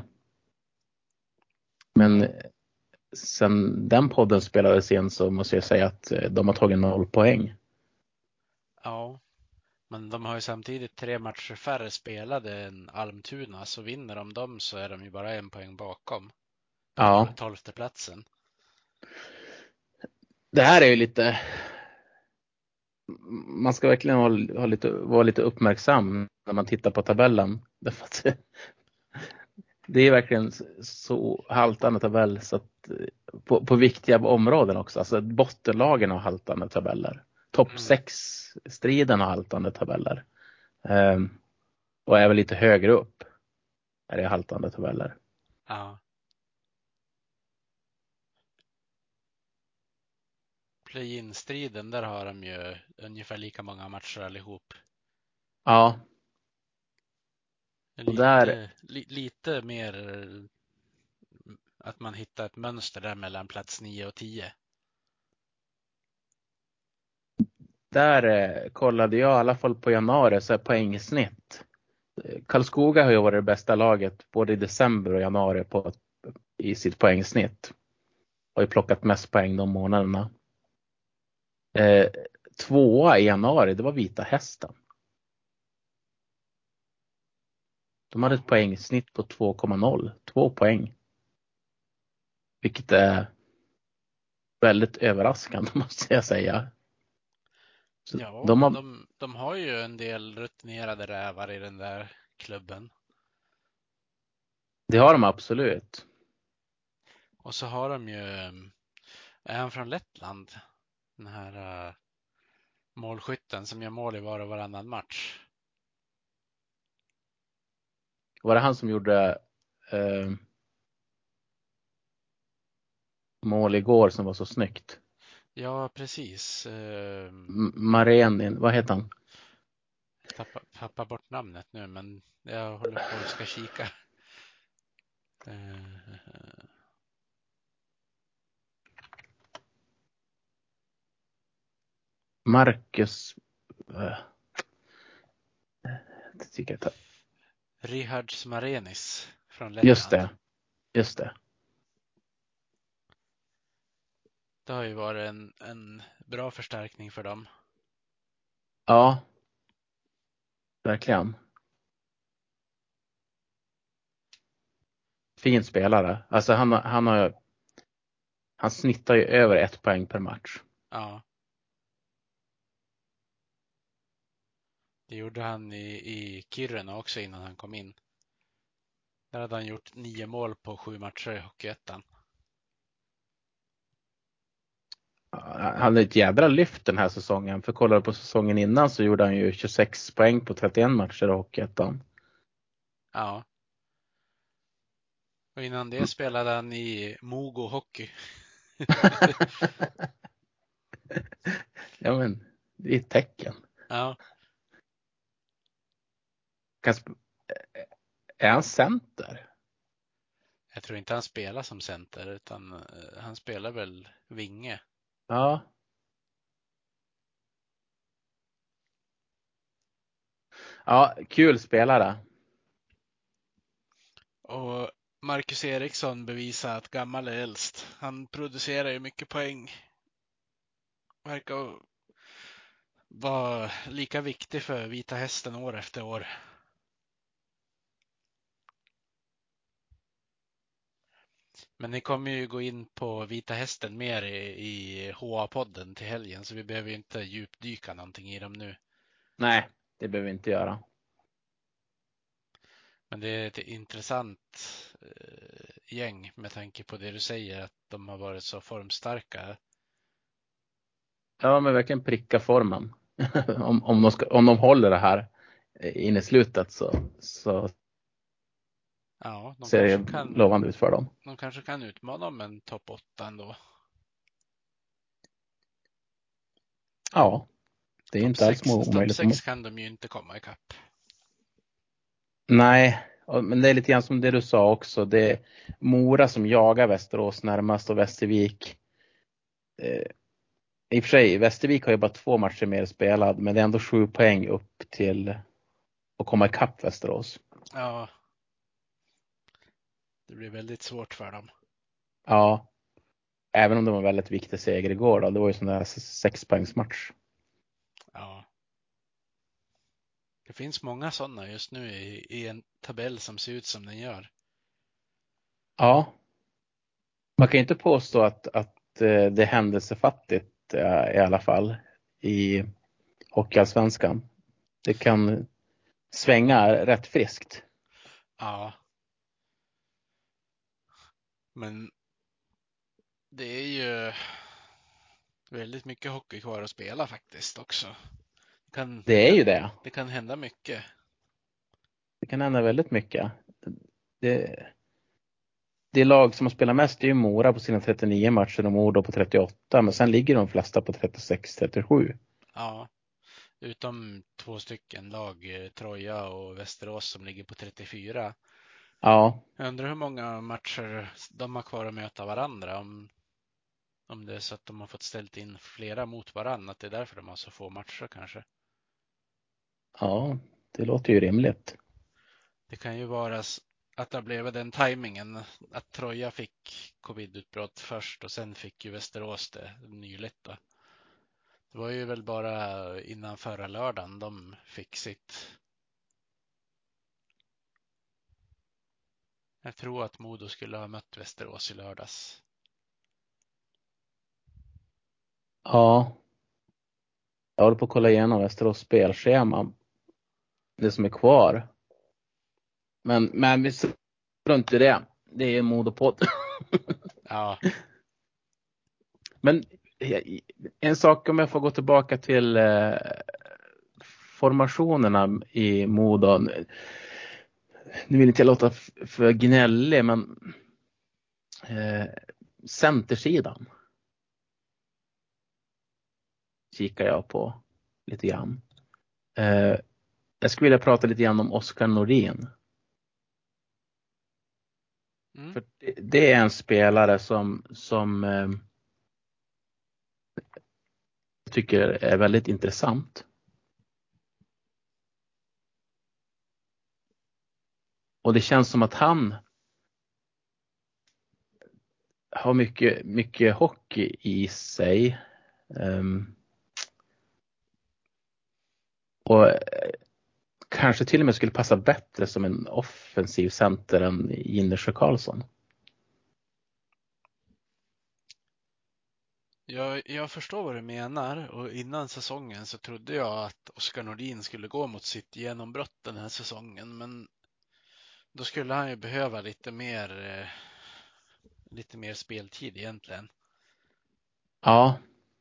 Speaker 3: Men sen den podden spelades in så måste jag säga att de har tagit noll poäng.
Speaker 2: Ja, men de har ju samtidigt tre matcher färre spelade än Almtuna. Så vinner de dem så är de ju bara en poäng bakom. På
Speaker 3: Ja,
Speaker 2: tolfte platsen.
Speaker 3: det här är ju lite, man ska verkligen ha, ha lite, vara lite uppmärksam när man tittar på tabellen. Därför att det är verkligen så haltande tabell så att, på, på viktiga områden också. Alltså bottenlagen har haltande tabeller. Topp
Speaker 2: Mm.
Speaker 3: sex striden har haltande tabeller. Um, och även lite högre upp är det haltande tabeller.
Speaker 2: Ja. Play-in-striden, där har de ju ungefär lika många matcher allihop.
Speaker 3: Ja, och
Speaker 2: Lite,
Speaker 3: där,
Speaker 2: li, lite mer att man hittar ett mönster där mellan plats nio och tio.
Speaker 3: där eh, kollade jag i alla fall på januari så är poängsnitt. Karlskoga har ju varit det bästa laget både i december och januari på, i sitt poängsnitt. Har ju plockat mest poäng de månaderna. Eh, tvåa i januari, det var Vita Hästen. De hade ett poängsnitt på två komma noll. Två poäng. Vilket är väldigt överraskande måste jag säga. Så
Speaker 2: Ja,
Speaker 3: de,
Speaker 2: men
Speaker 3: har,
Speaker 2: de, de har ju en del rutinerade rävar i den där klubben.
Speaker 3: det har de absolut.
Speaker 2: Och så har de ju, är han från Lettland? Den här uh, målskytten som gör mål i var och varannan match.
Speaker 3: Var det han som gjorde eh, mål igår som var så snyggt?
Speaker 2: Ja, precis. Uh,
Speaker 3: M- Marenin, vad heter han?
Speaker 2: tappar, tappar bort namnet nu, men jag håller på och ska kika. Uh,
Speaker 3: Marcus. Eh, jag tycker jag tar-
Speaker 2: Rihards Marenis från
Speaker 3: just
Speaker 2: Lettland.
Speaker 3: det. Just det.
Speaker 2: Det har ju varit en, en bra förstärkning för dem.
Speaker 3: Ja. Verkligen. Fin spelare. Alltså han, har- han har han snittar ju över ett poäng per match.
Speaker 2: Ja. Det gjorde han i, i Kiruna också innan han kom in. Där hade han gjort nio mål på sju matcher i Hockeyettan.
Speaker 3: Han hade ett jädra lyft den här säsongen. För kollar du på säsongen innan så gjorde han ju tjugosex poäng på trettioen matcher i Hockeyettan.
Speaker 2: Ja. Och innan det spelade han i Mogo Hockey.
Speaker 3: Ja men, det är ett tecken.
Speaker 2: Ja.
Speaker 3: Kan sp- Är han center?
Speaker 2: Jag tror inte han spelar som center, utan eh, han spelar väl vinge.
Speaker 3: Ja. Ja, kul spelare.
Speaker 2: Och Marcus Eriksson bevisar att gammal är äldst. Han producerar ju mycket poäng. Verkar vara lika viktig för Vita Hästen år efter år. Men ni kommer ju gå in på Vita Hästen mer i, i H A-podden till helgen, så vi behöver ju inte djupdyka någonting i dem nu.
Speaker 3: Nej, det behöver vi inte göra.
Speaker 2: Men det är ett intressant eh, gäng med tanke på det du säger, att de har varit så formstarka.
Speaker 3: Ja, men verkligen pricka formen. om, om, de ska, om de håller det här in i slutet så, så
Speaker 2: Ja, de
Speaker 3: ser
Speaker 2: kanske
Speaker 3: det
Speaker 2: kan,
Speaker 3: lovande ut för dem.
Speaker 2: de kanske kan utmana om en topp åtta ändå.
Speaker 3: Ja, det är
Speaker 2: Topp
Speaker 3: inte alls
Speaker 2: sex, topp
Speaker 3: omöjligt.
Speaker 2: sex kan de ju inte komma ikapp.
Speaker 3: Nej, och- men det är lite grann som det du sa också. Det är Mora som jagar Västerås närmast och Västervik. Eh, I och för sig, Västervik har ju bara två matcher mer spelad, men det är ändå sju poäng upp till att komma ikapp Västerås.
Speaker 2: Ja, det blir väldigt svårt för dem.
Speaker 3: Ja, även om det var en väldigt viktig seger igår då. Det var ju sån där sexpoängsmatch.
Speaker 2: Ja. Det finns många sådana just nu i, i en tabell som ser ut som den gör.
Speaker 3: Ja, man kan ju inte påstå att, att eh, det är händelsefattigt eh, i alla fall i, Hockeyallsvenskan. Det kan svänga rätt friskt.
Speaker 2: Ja. Men det är ju väldigt mycket hockey kvar att spela faktiskt också. Det kan,
Speaker 3: Det är ju det.
Speaker 2: det kan hända mycket.
Speaker 3: Det kan hända väldigt mycket. Det, det lag som har spelat mest är ju Mora på sina trettionio matcher och Modo på trettioåtta. Men sen ligger de flesta på trettiosex trettiosju.
Speaker 2: Ja. Utom två stycken lag, Troja och Västerås, som ligger på trettiofyra.
Speaker 3: Ja.
Speaker 2: Jag undrar hur många matcher de har kvar att möta varandra. Om, om det är så att de har fått ställt in flera mot varandra. Att det är därför de har så få matcher kanske.
Speaker 3: Ja, det låter ju rimligt.
Speaker 2: Det kan ju vara att det blev den tajmingen. Att Troja fick covid-utbrott först och sen fick ju Västerås det nyligt då. Det var ju väl bara innan förra lördagen de fick sitt. Jag tror att Modo skulle ha mött Västerås i lördags.
Speaker 3: Ja. Jag håller på att kolla igenom Västerås spelschema. Det som är kvar. Men, men vi strunt i det. Det är Modopodd.
Speaker 2: Ja.
Speaker 3: Men en sak, om jag får gå tillbaka till eh, formationerna i Modo. Nu vill inte jag låta för gnällig, men eh, centersidan kikar jag på lite grann. Eh, jag skulle vilja prata lite grann om Oskar Nordin.
Speaker 2: Mm.
Speaker 3: För det, det är en spelare som, som eh, jag tycker är väldigt intressant. Och det känns som att han har mycket, mycket hockey i sig. Um, och kanske till och med skulle passa bättre som en offensiv center än Jinnersjö Karlsson.
Speaker 2: Jag, jag förstår vad du menar, och innan säsongen så trodde jag att Oskar Nordin skulle gå mot sitt genombrott den här säsongen, men då skulle han ju behöva lite mer eh, lite mer speltid egentligen.
Speaker 3: Ja.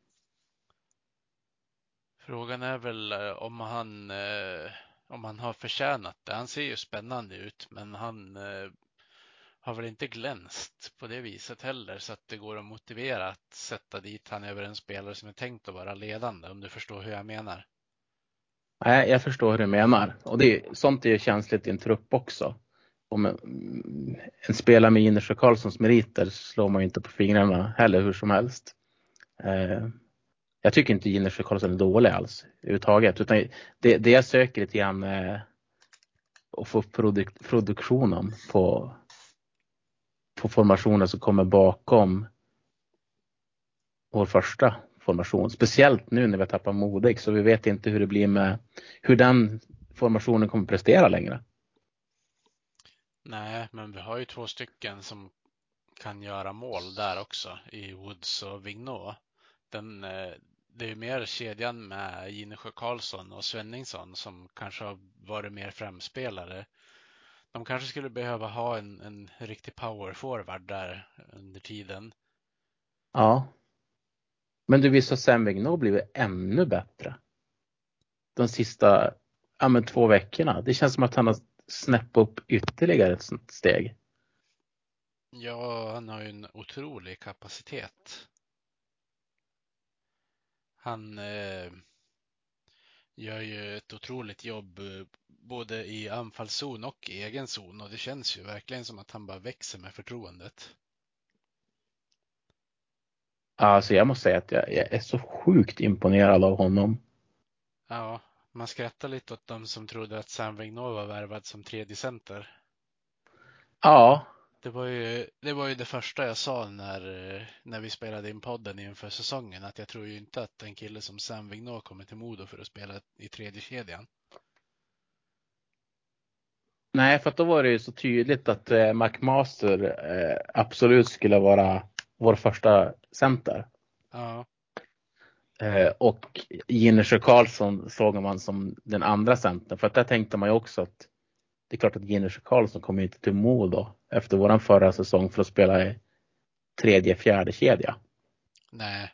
Speaker 2: Frågan är väl eh, om han eh, om han har förtjänat det. Han ser ju spännande ut, men han eh, har väl inte glänst på det viset heller, så att det går att motivera att sätta dit han över en spelare som är tänkt att vara ledande, om du förstår hur jag menar.
Speaker 3: Nej, jag förstår hur du menar. Och det, sånt är ju känsligt i en trupp också. Om en, en spelare med Jinnersjö Karlssons meriter slår man ju inte på fingrarna heller hur som helst. Eh, jag tycker inte Jinnersjö Karlsson är dålig alls överhuvudtaget. Utan det, det jag söker lite grann är att få produk, produktionen på, på formationer som kommer bakom vår första formation. Speciellt nu när vi har tappat Modig, så vi vet inte hur det blir med hur den formationen kommer prestera längre.
Speaker 2: Nej, men vi har ju två stycken som kan göra mål där också, i Woods och Vigneault. Den, eh, det är mer kedjan med Jinnersjö Karlsson och Svenningsson som kanske har varit mer framspelare. De kanske skulle behöva ha en, en riktig power forward där under tiden.
Speaker 3: Ja. Men du, visst har Sam Vigneault blivit ännu bättre de sista ja, men två veckorna. Det känns som att han har snäppt upp ytterligare ett sånt steg.
Speaker 2: Ja, han har ju en otrolig kapacitet. Han eh, gör ju ett otroligt jobb eh, både i anfallszon och i egen zon, och det känns ju verkligen som att han bara växer med förtroendet.
Speaker 3: Alltså jag måste säga att jag, jag är så sjukt imponerad av honom.
Speaker 2: Ja, man skrattar lite åt dem som trodde att Sam Vigneault var värvad som tredje center.
Speaker 3: Ja.
Speaker 2: Det var ju det var ju det första jag sa när, när vi spelade in podden inför säsongen, att jag tror ju inte att en kille som Sam Vigneault kommer till Modo för att spela i tredje kedjan.
Speaker 3: Nej, för att då var det ju så tydligt att eh, McMaster eh, absolut skulle vara vår första center.
Speaker 2: Ja.
Speaker 3: Eh, och Ginnersjö Karlsson såg man som den andra centern. För att där tänkte man ju också att det är klart att Ginnersjö Karlsson kommer inte till Modo efter våran förra säsong för att spela i tredje, fjärde kedja.
Speaker 2: Nej.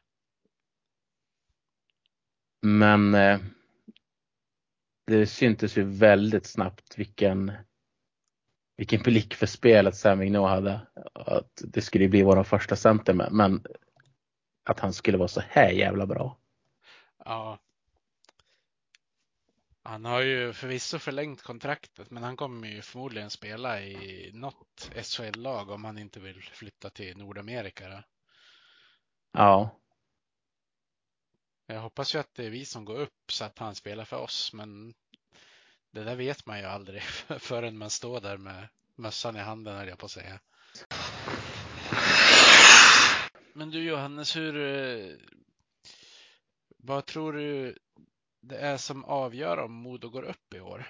Speaker 3: Men eh, det syntes ju väldigt snabbt vilken vilken blick för spelet Sam Vigneault hade. Att det skulle bli vår första center med, men att han skulle vara så här jävla bra.
Speaker 2: Ja. Han har ju förvisso förlängt kontraktet, men han kommer ju förmodligen spela i något S H L-lag om han inte vill flytta till Nordamerika då.
Speaker 3: Ja,
Speaker 2: Jag hoppas ju att det är vi som går upp så att han spelar för oss, men det där vet man ju aldrig förrän man står där med mössan i handen, höll jag på att säga. Men du Johannes, hur, eh, vad tror du det är som avgör om Modo går upp i år?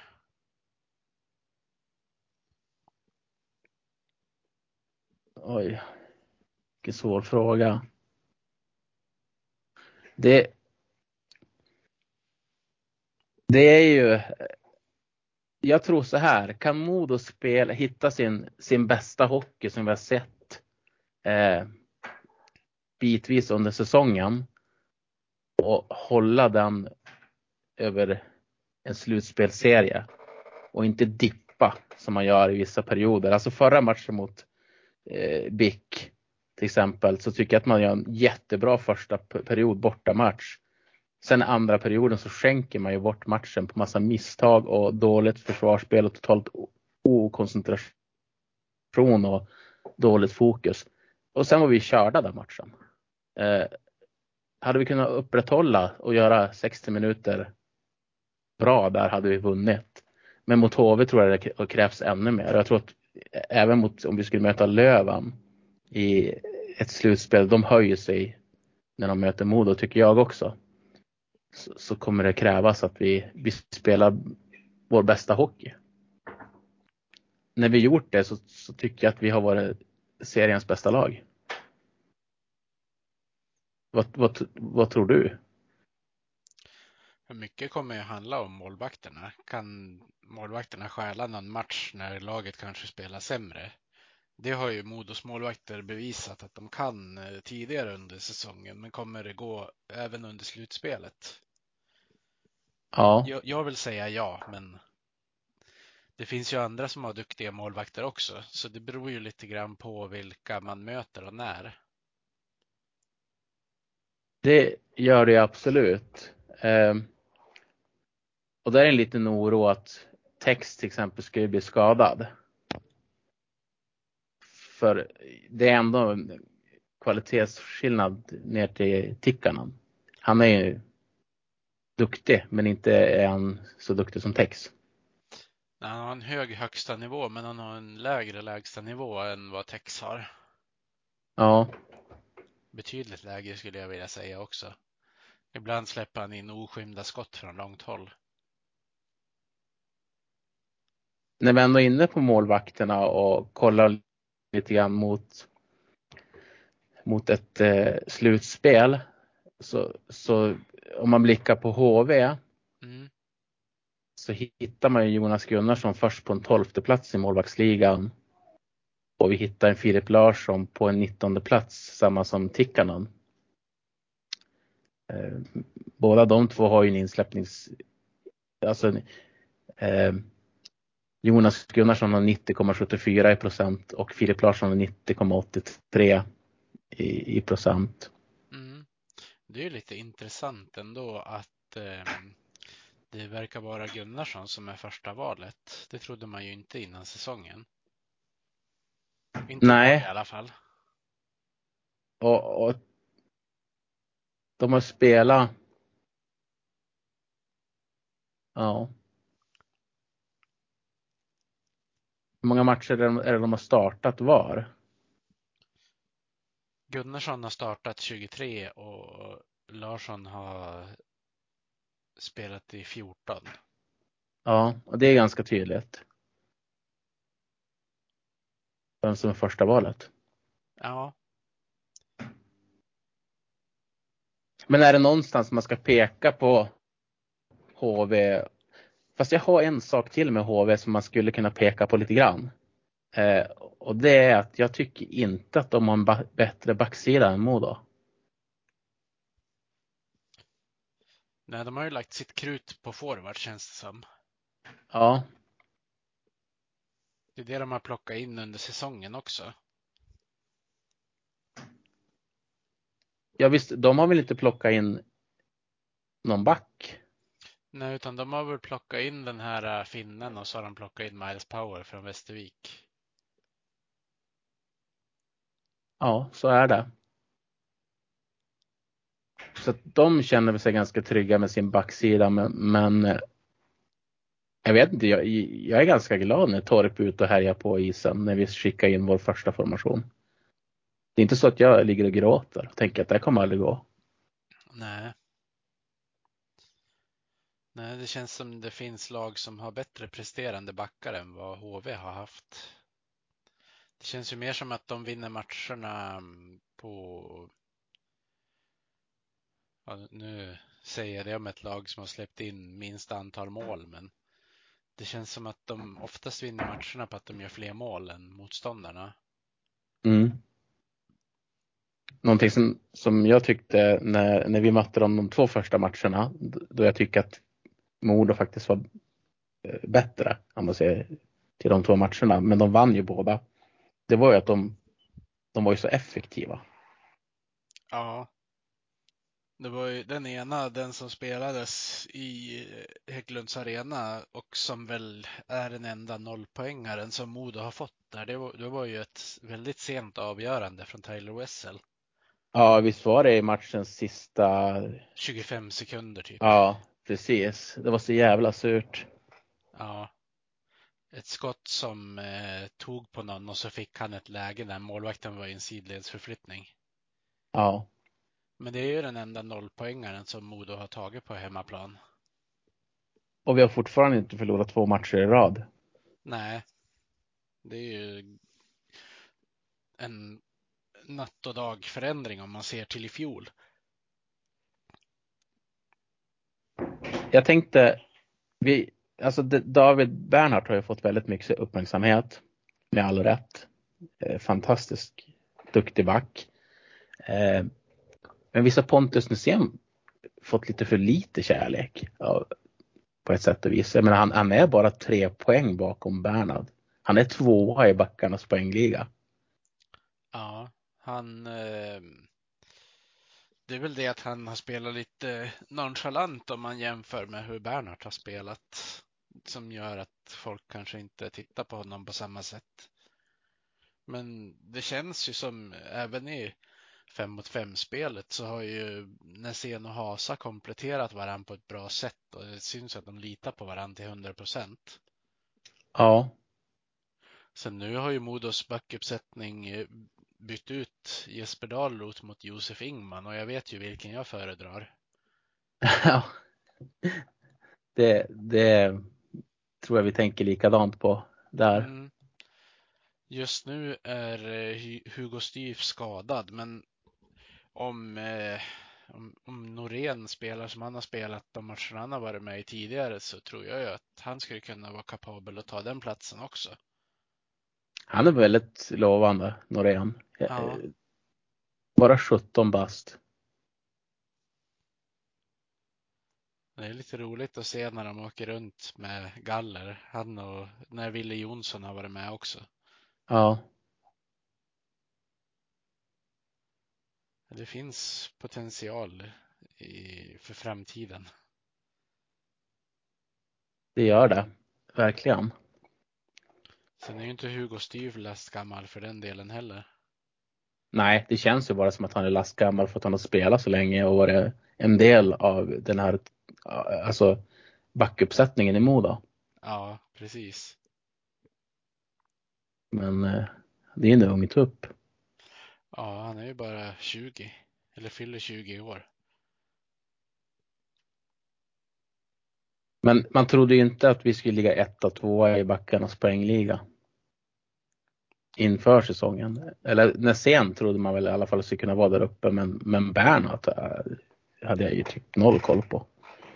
Speaker 3: oj, vilken svår fråga. Det, det är ju, jag tror så här, kan Modo spela, hitta sin, sin bästa hockey som vi har sett eh, bitvis under säsongen och hålla den över en slutspelserie och inte dippa som man gör i vissa perioder. Alltså förra matchen mot eh, B I C till exempel, så tycker jag att man gör en jättebra första period borta match. Sen andra perioden så skänker man ju bort matchen på massa misstag och dåligt försvarsspel och totalt okoncentration och dåligt fokus. Och sen var vi körda den matchen. Eh, hade vi kunnat upprätthålla och göra sextio minuter bra där hade vi vunnit. Men mot H V tror jag det krävs ännu mer. Jag tror att även mot, om vi skulle möta Löven i ett slutspel, de höjer sig när de möter Modo tycker jag också. Så, så kommer det krävas att vi, vi spelar vår bästa hockey. När vi gjort det så, så tycker jag att vi har varit seriens bästa lag. Vad, vad, vad tror du?
Speaker 2: Mycket kommer ju handla om målvakterna. Kan målvakterna stjäla någon match när laget kanske spelar sämre? Det har ju Modos målvakter bevisat att de kan tidigare under säsongen, men kommer det gå även under slutspelet?
Speaker 3: Ja,
Speaker 2: Jag, jag vill säga ja, men det finns ju andra som har duktiga målvakter också, så det beror ju lite grann på vilka man möter och när.
Speaker 3: det gör det absolut. Ehm, och där är en liten oro att Text till exempel skulle bli skadad. För det är ändå en kvalitetsskillnad ner till Tikkanen. Han är ju duktig, men inte är han så duktig som Tex.
Speaker 2: Han har en hög högsta nivå, men han har en lägre lägsta nivå än vad Tex har.
Speaker 3: Ja,
Speaker 2: Betydligt lägre skulle jag vilja säga också. Ibland släpper han in oskymda skott från långt håll.
Speaker 3: när vi ändå är inne på målvakterna och kollar lite grann mot, mot ett eh, slutspel. Så, så om man blickar på H V
Speaker 2: Mm.
Speaker 3: så hittar man ju Jonas Gunnarsson först på en tolfte plats i målvaktsligan. Och vi hittar en Filip Larsson på en nittonde plats, samma som Tikkanen. Eh, båda de två har ju en insläppnings... Alltså, eh, Jonas Gunnarsson har nittio komma sjuttiofyra i procent och Filip Larsson har nittio komma åttiotre i, i procent.
Speaker 2: Mm. Det är ju lite intressant ändå att eh, det verkar vara Gunnarsson som är första valet. Det trodde man ju inte innan säsongen. Inte jag i
Speaker 3: Nej,
Speaker 2: alla fall.
Speaker 3: och, och de har spelat... Ja. Hur många matcher är det, är det de har startat var?
Speaker 2: Gunnarsson har startat tjugotre och Larsson har spelat i fjorton.
Speaker 3: Ja, och det är ganska tydligt. Vem som är första valet.
Speaker 2: Ja.
Speaker 3: Men är det någonstans man ska peka på H V? Fast jag har en sak till med H V som man skulle kunna peka på lite grann. Eh, och det är att jag tycker inte att de har en ba- bättre backsida än Modo.
Speaker 2: Nej, de har ju lagt sitt krut på forward, känns det som.
Speaker 3: Ja,
Speaker 2: Det är det de har plockat in under säsongen också.
Speaker 3: ja visst, de har väl inte plockat in någon back?
Speaker 2: Nej, utan de har väl plockat in den här finnen och så har de plockat in Miles Power från Västervik.
Speaker 3: Ja, så är det. Så att de känner sig ganska trygga med sin backsida, men, men jag vet inte, jag, jag är ganska glad när Torp är ute och härjar på isen när vi skickar in vår första formation. Det är inte så att jag ligger och gråter och tänker att det kommer aldrig gå.
Speaker 2: Nej. Nej, det känns som det finns lag som har bättre presterande backar än vad H V har haft. Det känns ju mer som att de vinner matcherna på... Ja, nu säger jag det om ett lag som har släppt in minst antal mål, men det känns som att de oftast vinner matcherna på att de gör fler mål än motståndarna.
Speaker 3: Mm. Någonting som, som jag tyckte när, när vi mötte dem de två första matcherna, då jag tycker att Modo faktiskt var bättre, om man säger, till de två matcherna, men de vann ju båda. Det var ju att de, de var ju så effektiva.
Speaker 2: Ja, det var ju den ena, den som spelades i Hägglunds arena och som väl är den enda nollpoängaren som Modo har fått där. Det var, det var ju ett väldigt sent avgörande från Tyler Wessel.
Speaker 3: Ja, visst var det i matchens sista...
Speaker 2: tjugofem sekunder typ.
Speaker 3: Ja, precis. Det var så jävla surt.
Speaker 2: Ja. Ett skott som eh, tog på någon och så fick han ett läge där målvakten var i en sidledsförflyttning.
Speaker 3: Ja.
Speaker 2: Men det är ju den enda nollpoängaren som Modo har tagit på hemmaplan.
Speaker 3: Och vi har fortfarande inte förlorat två matcher i rad.
Speaker 2: Nej, det är ju en natt och dag förändring om man ser till i fjol.
Speaker 3: Jag tänkte, vi, alltså David Bernhardt har ju fått väldigt mycket uppmärksamhet, med all rätt. Eh, fantastisk, duktig back. Eh, men vissa Pontus Nysén fått lite för lite kärlek, ja, på ett sätt och vis. Jag menar, han, han är bara tre poäng bakom Bernhard. Han är tvåa i backarnas poängliga.
Speaker 2: Ja, han... Eh, det är väl det att han har spelat lite nonchalant om man jämför med hur Bernhardt har spelat. Som gör att folk kanske inte tittar på honom på samma sätt. Men det känns ju som även i fem mot fem spelet så har ju Näsén och Hasa kompletterat varandra på ett bra sätt och det syns att de litar på varandra till hundra procent.
Speaker 3: Ja.
Speaker 2: Sen nu har ju Modos backuppsättning bytt ut Jesper Dahlroth mot Josef Ingman och jag vet ju vilken jag föredrar.
Speaker 3: Ja. det, det tror jag vi tänker likadant på där.
Speaker 2: Mm. Just nu är Hugo Styf skadad, men om, eh, om, om Norén spelar som han har spelat de matcherna han har varit med i tidigare så tror jag ju att han skulle kunna vara kapabel att ta den platsen också.
Speaker 3: Han är väldigt lovande, Norén.
Speaker 2: Ja.
Speaker 3: Bara sjutton bast.
Speaker 2: Det är lite roligt att se när de åker runt med galler. Han och när Wille Jonsson har varit med också.
Speaker 3: Ja.
Speaker 2: Det finns potential i, för framtiden.
Speaker 3: Det gör det. Verkligen.
Speaker 2: Sen är ju inte Hugo Styvlast gammal för den delen heller.
Speaker 3: Nej, det känns ju bara som att han är lastgammal för att han har spelat så länge och varit en del av den här, alltså, backuppsättningen i Modo.
Speaker 2: Ja, precis.
Speaker 3: Men eh, det är en ung tupp.
Speaker 2: Ja, han är ju bara tjugo. Eller fyller tjugo år.
Speaker 3: Men man trodde ju inte att vi skulle ligga etta, tvåa i backarnas poängliga inför säsongen. Eller när sen trodde man väl i alla fall skulle kunna vara där uppe. Men, men Bernhardt, hade jag ju typ noll koll på.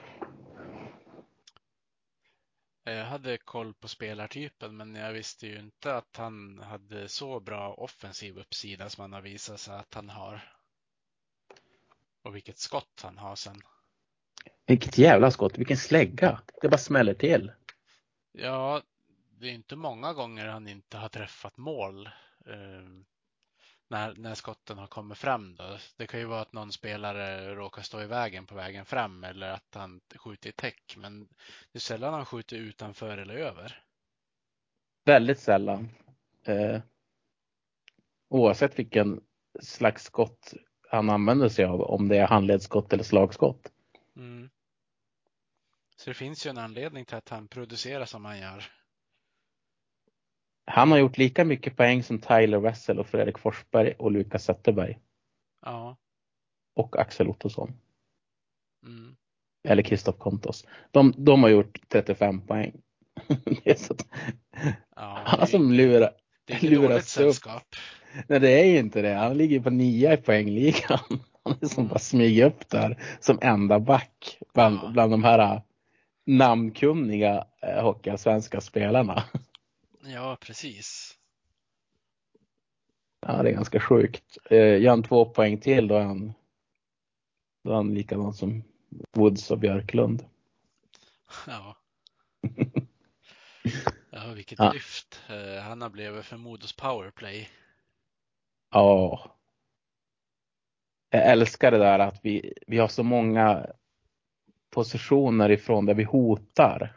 Speaker 2: Jag hade koll på spelartypen, men jag visste ju inte att han hade så bra offensiv uppsida som han har visat sig att han har. Och vilket skott han har sen.
Speaker 3: Vilket jävla skott, vilken slägga. Det bara smäller till.
Speaker 2: Ja, det är inte många gånger han inte har träffat mål. Eh, när, när skotten har kommit fram då. Det kan ju vara att någon spelare råkar stå i vägen på vägen fram eller att han skjuter i täck. Men det är sällan han skjuter utanför eller över.
Speaker 3: Väldigt sällan. Eh, oavsett vilken slags skott han använder sig av. Om det är handledsskott eller slagskott.
Speaker 2: Mm. Så det finns ju en anledning till att han producerar som han gör.
Speaker 3: Han har gjort lika mycket poäng som Tyler Wessel och Fredrik Forsberg och Lukas Zetterberg.
Speaker 2: Ja.
Speaker 3: Och Axel Ottosson.
Speaker 2: Mm.
Speaker 3: Eller Kristoff Kontos. De, de har gjort trettiofem poäng. Det är så att,
Speaker 2: Ja,
Speaker 3: han
Speaker 2: det är
Speaker 3: som
Speaker 2: inget,
Speaker 3: lurar,
Speaker 2: det är inget
Speaker 3: lurar
Speaker 2: dåligt
Speaker 3: sig upp.
Speaker 2: sällskap.
Speaker 3: Nej, det är ju inte det. Han ligger på nia i poängligan. Han är som
Speaker 2: Mm.
Speaker 3: bara smyger upp där som enda back bland,
Speaker 2: Ja.
Speaker 3: bland de här namnkunniga eh, hockeyallsvenska spelarna.
Speaker 2: Ja, precis.
Speaker 3: Ja, det är ganska sjukt. Eh, gör han två poäng till då är han, då är han likadan som Woods och Björklund.
Speaker 2: Ja. Ja, vilket
Speaker 3: Ja.
Speaker 2: lyft. Eh, han har blivit för Modos powerplay.
Speaker 3: Ja. Jag älskar det där att vi, vi har så många positioner ifrån där vi hotar.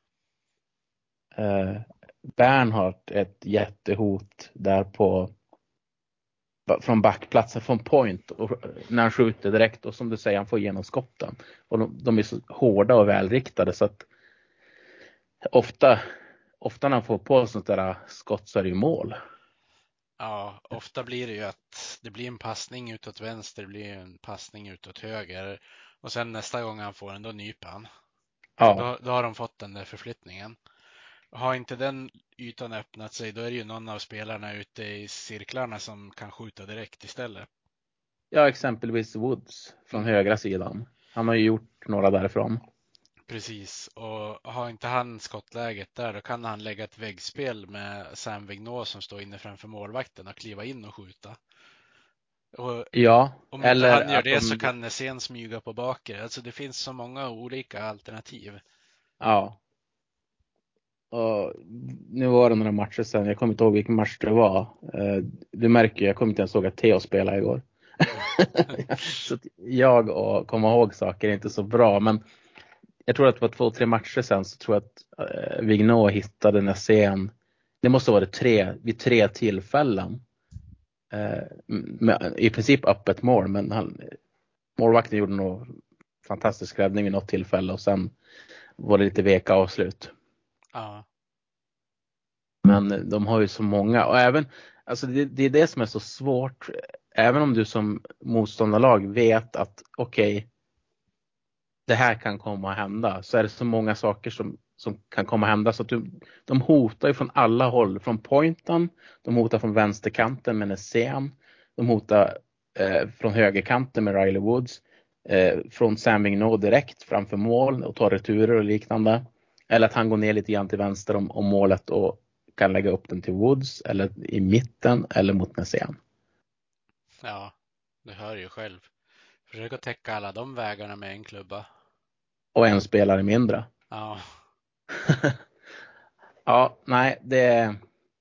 Speaker 3: Eh, Bernhardt ett jättehot där på från backplatsen, från point och när han skjuter direkt och som du säger han får igenom skotten. Och de, de är så hårda och välriktade så att ofta, ofta när han får på sånt där skott så är det ju mål.
Speaker 2: Ja, ofta blir det ju att det blir en passning utåt vänster, det blir en passning utåt höger och sen nästa gång han får den då nyper han. För
Speaker 3: Ja,
Speaker 2: då, då har de fått den där förflyttningen. Har inte den ytan öppnat sig, då är det ju någon av spelarna ute i cirklarna som kan skjuta direkt istället.
Speaker 3: ja exempelvis Woods från
Speaker 2: Mm.
Speaker 3: högra sidan. Han har ju gjort några därifrån.
Speaker 2: Precis, och har inte han skottläget där, då kan han lägga ett väggspel med Sam Vigneault som står inne framför målvakten och kliva in och skjuta. Och
Speaker 3: Ja,
Speaker 2: om inte
Speaker 3: eller
Speaker 2: han gör
Speaker 3: att
Speaker 2: det så
Speaker 3: de...
Speaker 2: kan Nässén smyga på bakre. Alltså det finns så många olika alternativ.
Speaker 3: Ja. Och nu var det några matcher sen, jag kommer inte ihåg vilken match det var. Eh, Du märker, jag kommer inte ens ihåg att Theo spelade igår. Så att jag och komma ihåg saker är inte så bra, men jag tror att det var två, tre matcher sen så tror jag att eh, Vigneault hittade Nässén. Det måste vara det tre, vid tre tillfällen. Eh, med, i princip öppet mål, men han, målvakten gjorde nog fantastisk räddning vid något tillfälle och sen var det lite veka avslut.
Speaker 2: Ja,
Speaker 3: Men de har ju så många och även, alltså det, det är det som är så svårt. Även om du som motståndarlag vet att okej, okay, det här kan komma att hända, så är det så många saker som, som kan komma att hända. Så att du, de hotar ju från alla håll. Från pointen, de hotar från vänsterkanten med Nässén. De hotar eh, från högerkanten med Riley Woods. Eh, från Sam Vigneault direkt framför mål och tar returer och liknande. Eller att han går ner lite grann till vänster om, om målet och kan lägga upp den till Woods. Eller i mitten eller mot Nässén.
Speaker 2: ja, du hör ju själv. Försök att täcka alla de vägarna med en klubba.
Speaker 3: Och en spelare mindre.
Speaker 2: Ja,
Speaker 3: Ja, nej, det,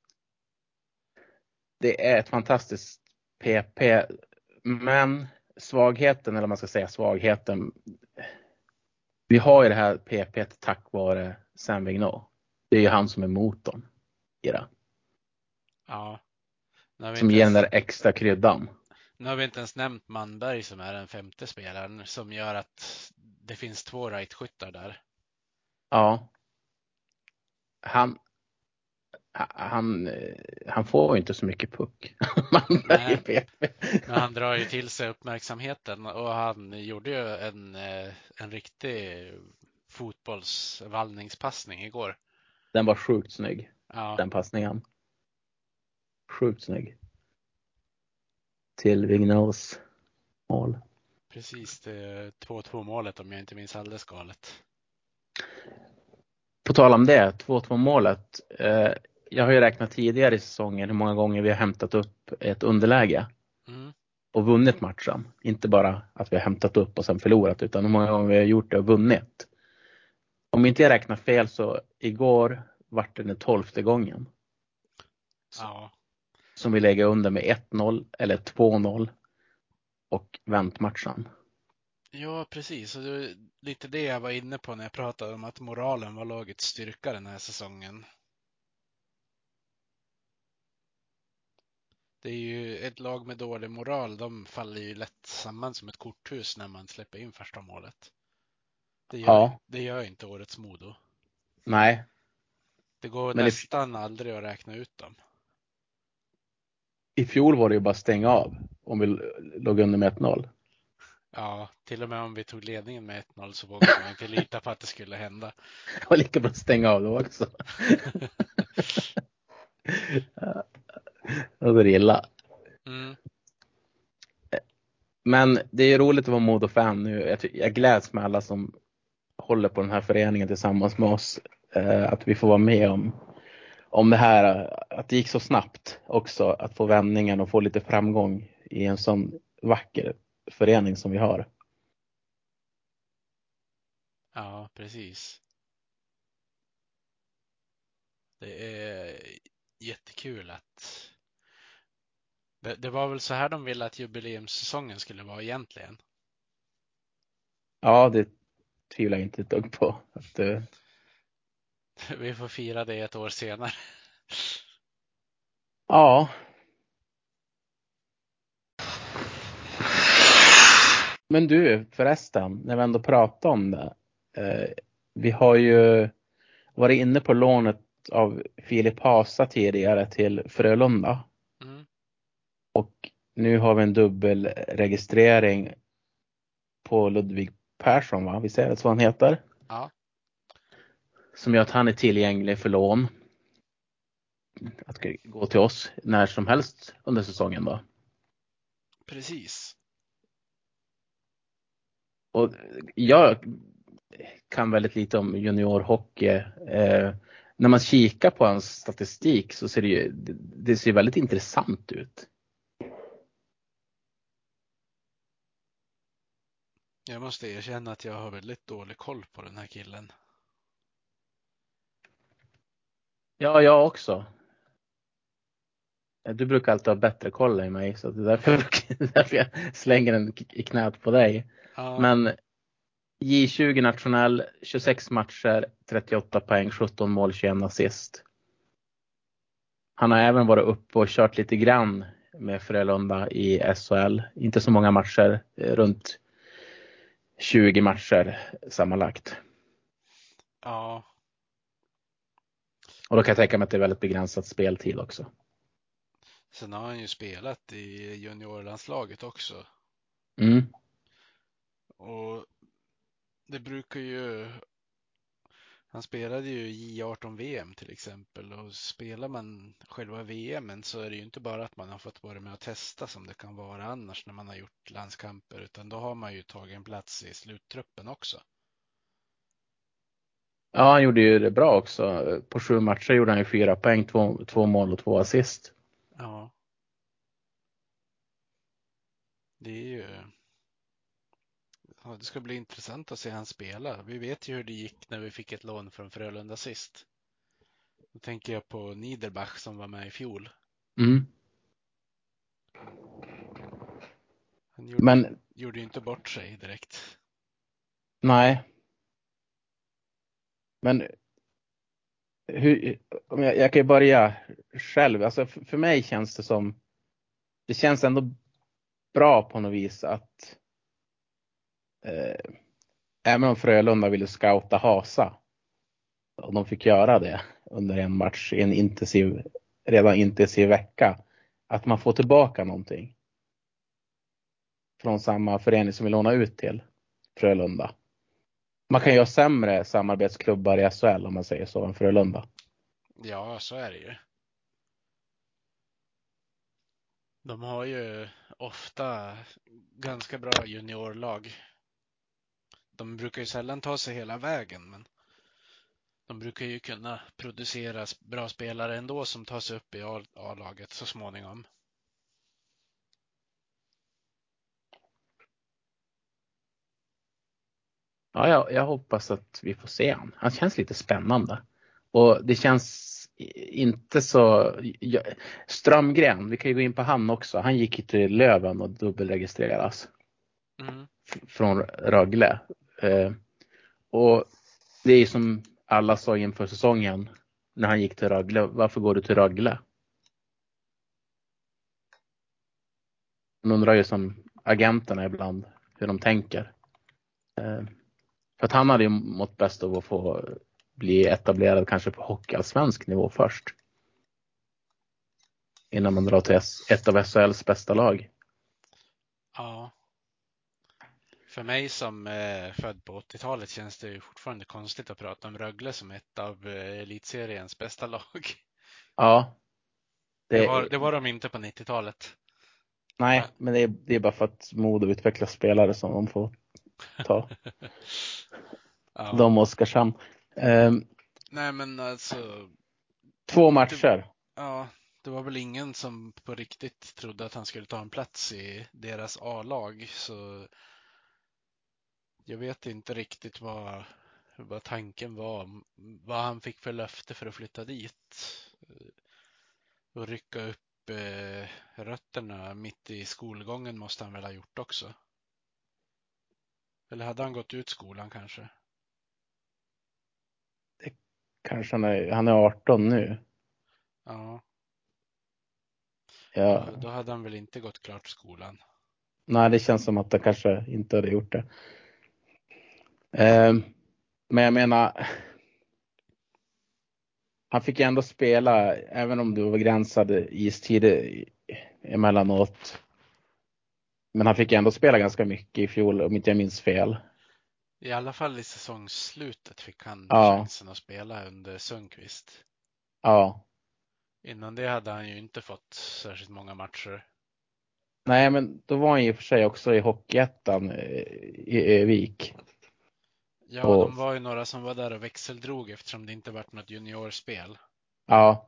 Speaker 3: det är ett fantastiskt P P. Men svagheten, eller man ska säga svagheten. Vi har ju det här P P tack vare Sam Vigneault. Det är ju han som är motorn i det.
Speaker 2: ja. Nu har vi
Speaker 3: Som
Speaker 2: inte
Speaker 3: ger den
Speaker 2: ens,
Speaker 3: där extra kryddan.
Speaker 2: nu har vi inte ens nämnt Manberg som är den femte spelaren som gör att det finns två right-skyttar där.
Speaker 3: Ja. Han, han, han får ju inte så mycket puck. Manberg i
Speaker 2: Nej,
Speaker 3: P P.
Speaker 2: men han drar ju till sig uppmärksamheten och han gjorde ju en, eh, en riktig fotbollsvallningspassning igår.
Speaker 3: Den var sjukt snygg.
Speaker 2: Ja,
Speaker 3: Den passningen. Sjukt snygg. Till Vigneaults mål.
Speaker 2: precis. Det är två två målet om jag inte minns alldeles galet.
Speaker 3: På tal om det, två två målet. Eh, jag har ju räknat tidigare i säsongen hur många gånger vi har hämtat upp ett underläge
Speaker 2: Mm.
Speaker 3: och vunnit matchen. Inte bara att vi har hämtat upp och sen förlorat, utan hur många gånger vi har gjort det och vunnit. Om inte jag räknar fel så igår var det den tolfte gången
Speaker 2: Ja.
Speaker 3: som vi lägger under med ett noll eller två noll och vänt matchen.
Speaker 2: Ja, precis. Och det är lite det jag var inne på när jag pratade om att moralen var lagets styrka den här säsongen. Det är ju ett lag med dålig moral. De faller ju lätt samman som ett korthus när man släpper in första målet. Det gör,
Speaker 3: Ja,
Speaker 2: det gör inte årets Modo.
Speaker 3: nej.
Speaker 2: Det går
Speaker 3: Men i,
Speaker 2: nästan aldrig att räkna ut dem.
Speaker 3: i fjol var det ju bara stänga av om vi låg under med ett noll.
Speaker 2: Ja, till och med om vi tog ledningen med ett noll så vågade man inte lita på att det skulle hända.
Speaker 3: Det var lika bra att stänga av då också. Det var illa.
Speaker 2: Mm.
Speaker 3: Men det är roligt att vara Modo-fan nu. Jag, ty- jag gläds med alla som håller på den här föreningen tillsammans med oss. Eh, att vi får vara med om, om det här. Att det gick så snabbt också. Att få vändningen och få lite framgång i en sån vacker förening som vi har.
Speaker 2: Ja, precis. Det är jättekul att det, det var väl så här de ville att jubileumssäsongen skulle vara egentligen.
Speaker 3: Ja, det tvivlar jag inte ett dugg på. Att, eh,
Speaker 2: Vi får fira det ett år senare.
Speaker 3: ja. Men du, förresten, när vi ändå pratar om det. Eh, vi har ju varit inne på lånet av Filip Hasa tidigare till Frölunda.
Speaker 2: Mm.
Speaker 3: Och nu har vi en dubbelregistrering på Ludvig Persson, va? Vi säger det så han heter.
Speaker 2: Ja,
Speaker 3: Som gör att han är tillgänglig för lån. Att gå till oss när som helst under säsongen då.
Speaker 2: precis.
Speaker 3: Och jag kan väldigt lite om juniorhockey. Eh, när man kikar på hans statistik så ser det ju det, det ser väldigt intressant ut.
Speaker 2: Jag måste erkänna att jag har väldigt dålig koll på den här killen.
Speaker 3: Ja, jag också. Du brukar alltid ha bättre koll än mig, så det är därför, därför jag slänger den i knät på dig.
Speaker 2: Ja,
Speaker 3: Men J tjugo nationell, tjugosex matcher, trettioåtta poäng, sjutton mål, tjugoett assist. Han har även varit uppe och kört lite grann med Frölunda i S H L. Inte så många matcher, runt tjugo matcher sammanlagt.
Speaker 2: ja,
Speaker 3: Och då kan jag tänka mig att det är väldigt begränsat speltid också.
Speaker 2: sen har han ju spelat i juniorlandslaget också.
Speaker 3: Mm.
Speaker 2: Och det brukar ju han spelade ju J arton V M till exempel, och spelar man själva V M så är det ju inte bara att man har fått vara med och testa som det kan vara annars när man har gjort landskamper, utan då har man ju tagit en plats i sluttruppen också.
Speaker 3: Ja, han gjorde ju det bra också. På sju matcher gjorde han ju fyra poäng, två, två mål och två assist.
Speaker 2: Ja. Det är ju ja, det ska bli intressant att se han spela. Vi vet ju hur det gick när vi fick ett lån från Frölunda sist. Då tänker jag på Niederbach som var med i fjol.
Speaker 3: Mm.
Speaker 2: Han gjorde,
Speaker 3: Men
Speaker 2: gjorde ju inte bort sig direkt.
Speaker 3: nej. Men hur, om jag, jag kan ju börja själv. Alltså för, för mig känns det som, det känns ändå bra på något vis att eh, även om Frölunda ville scouta Hasa och de fick göra det under en match i en intensiv, redan intensiv vecka, att man får tillbaka någonting från samma förening som vi lånar ut till Frölunda. Man kan ju ha sämre samarbetsklubbar i S H L om man säger så än Frölunda.
Speaker 2: Ja, så är det ju. De har ju ofta ganska bra juniorlag. De brukar ju sällan ta sig hela vägen, men de brukar ju kunna producera bra spelare ändå som tar sig upp i A-laget så småningom.
Speaker 3: Ja, jag, jag hoppas att vi får se han. Han känns lite spännande. Och det känns inte så... Strömgren, vi kan ju gå in på han också. Han gick ju till Löven och dubbelregistreras.
Speaker 2: Mm.
Speaker 3: Från Rögle. Eh, och det är som alla sa inför säsongen när han gick till Rögle. Varför går du till Rögle? Man undrar ju som agenterna ibland hur de tänker. Eh, för att han hade ju mått bäst av att få bli etablerad kanske på hockeyallsvensk nivå först. Innan man drar till ett av S H L:s bästa lag.
Speaker 2: Ja. För mig som är född på åttiotalet känns det ju fortfarande konstigt att prata om Rögle som ett av elitseriens bästa lag.
Speaker 3: Ja.
Speaker 2: Det, det, var, det var de inte på nittiotalet.
Speaker 3: Nej, men, men det, är, det är bara för att Modo utvecklar spelare som de får ta.
Speaker 2: Ja.
Speaker 3: De Oskarshamn. Um,
Speaker 2: Nej, men alltså...
Speaker 3: Två matcher.
Speaker 2: Det, ja, det var väl ingen som på riktigt trodde att han skulle ta en plats i deras A-lag. Så jag vet inte riktigt vad, vad tanken var. Vad han fick för löfte för att flytta dit. Och rycka upp eh, rötterna mitt i skolgången måste han väl ha gjort också. Eller hade han gått ut skolan kanske?
Speaker 3: Det, kanske han är, han är arton nu.
Speaker 2: Ja.
Speaker 3: Ja.
Speaker 2: Då, då hade han väl inte gått klart skolan.
Speaker 3: Nej, det känns som att han kanske inte hade gjort det. Um, men jag menar... Han fick ändå spela, även om det var begränsade istider emellanåt. Men han fick ändå spela ganska mycket i fjol, om inte jag minns fel.
Speaker 2: I alla fall i säsongsslutet fick han
Speaker 3: Ja.
Speaker 2: chansen att spela under Sundqvist.
Speaker 3: Ja.
Speaker 2: Innan det hade han ju inte fått särskilt många matcher.
Speaker 3: Nej, men då var han ju för sig också i Hockeyettan i Övik.
Speaker 2: Ja,
Speaker 3: och,
Speaker 2: de var ju några som var där och växeldrog eftersom det inte varit något juniorspel.
Speaker 3: Ja.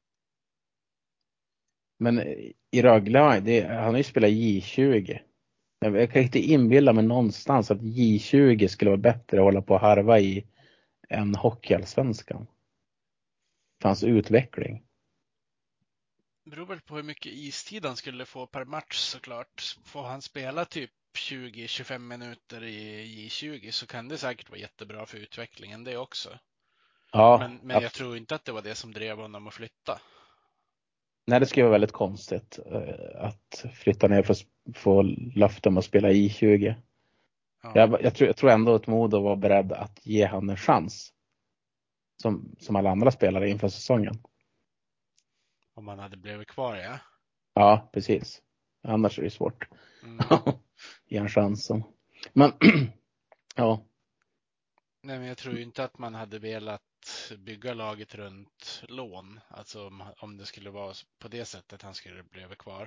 Speaker 3: Men i Rögle, det, han har ju spelat J tjugo. Jag kan inte inbilla mig någonstans att J tjugo skulle vara bättre att hålla på och harva i än Hockeyallsvenskan. För hans utveckling.
Speaker 2: Det beror väl på hur mycket istid han skulle få per match såklart. Får han spela typ tjugo till tjugofem minuter i J tjugo så kan det säkert vara jättebra för utvecklingen det också.
Speaker 3: Ja,
Speaker 2: men men jag tror inte att det var det som drev honom att flytta.
Speaker 3: Nej, det skulle vara väldigt konstigt att flytta ner för att få löfte om att spela i tjugo.
Speaker 2: Ja.
Speaker 3: Jag, jag, tror, jag tror ändå att Modo var beredd att ge han en chans. Som, som alla andra spelare inför säsongen.
Speaker 2: Om han hade blivit kvar, ja.
Speaker 3: Ja, precis. Annars är det svårt.
Speaker 2: Mm.
Speaker 3: Ge en chans. Men, ja.
Speaker 2: Nej, men jag tror ju inte att man hade velat bygga laget runt lån. Alltså om, om det skulle vara på det sättet han skulle bli kvar.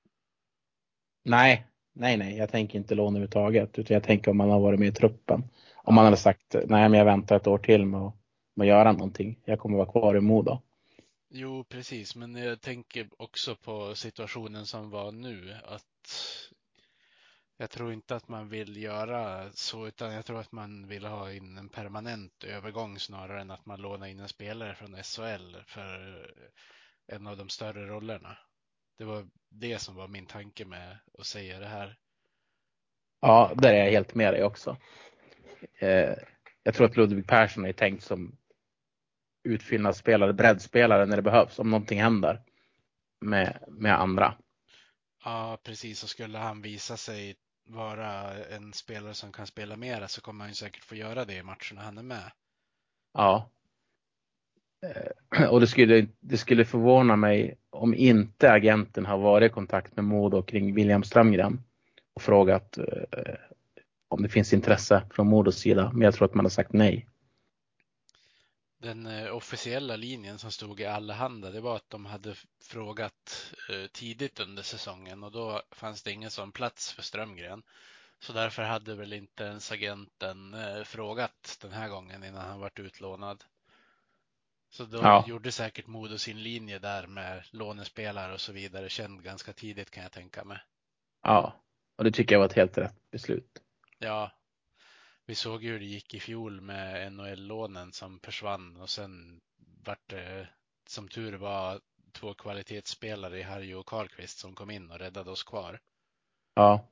Speaker 3: Nej, nej, nej. Jag tänker inte lån överhuvudtaget. Utan jag tänker om man har varit med i truppen. Om
Speaker 2: Ja.
Speaker 3: man hade sagt, nej men jag väntar ett år till med att, med att göra någonting. Jag kommer vara kvar i Modo.
Speaker 2: Jo, precis. Men jag tänker också på situationen som var nu. Att jag tror inte att man vill göra så, utan jag tror att man vill ha in en permanent övergång snarare än att man lånar in en spelare från S H L för en av de större rollerna. Det var det som var min tanke med att säga det här.
Speaker 3: Ja, där är jag helt med dig också. Eh, jag tror att Ludvig Persson är tänkt som utfyllnadsspelare, breddspelare när det behövs. Om någonting händer med, med andra.
Speaker 2: Ja, precis. Och skulle han visa sig vara en spelare som kan spela mera så kommer han ju säkert få göra det i matcherna han är med.
Speaker 3: Ja. Och det skulle, det skulle förvåna mig om inte agenten har varit i kontakt med Modo kring William Strömgren och frågat eh, om det finns intresse från Modos sida. Men jag tror att man har sagt nej.
Speaker 2: Den eh, officiella linjen som stod i Allehanda, det var att de hade frågat eh, tidigt under säsongen och då fanns det ingen sån plats för Strömgren. Så därför hade väl inte ens agenten eh, frågat den här gången innan han vart utlånad. Så då
Speaker 3: Ja,
Speaker 2: gjorde säkert Modo sin linje där med lånespelare och så vidare känd ganska tidigt, kan jag tänka mig.
Speaker 3: ja. Och det tycker jag var ett helt rätt beslut.
Speaker 2: Ja, vi såg ju hur det gick i fjol med N H L-lånen som försvann och sen vart det, som tur var, två kvalitetsspelare i Harjo och Karlqvist som kom in och räddade oss kvar.
Speaker 3: Ja,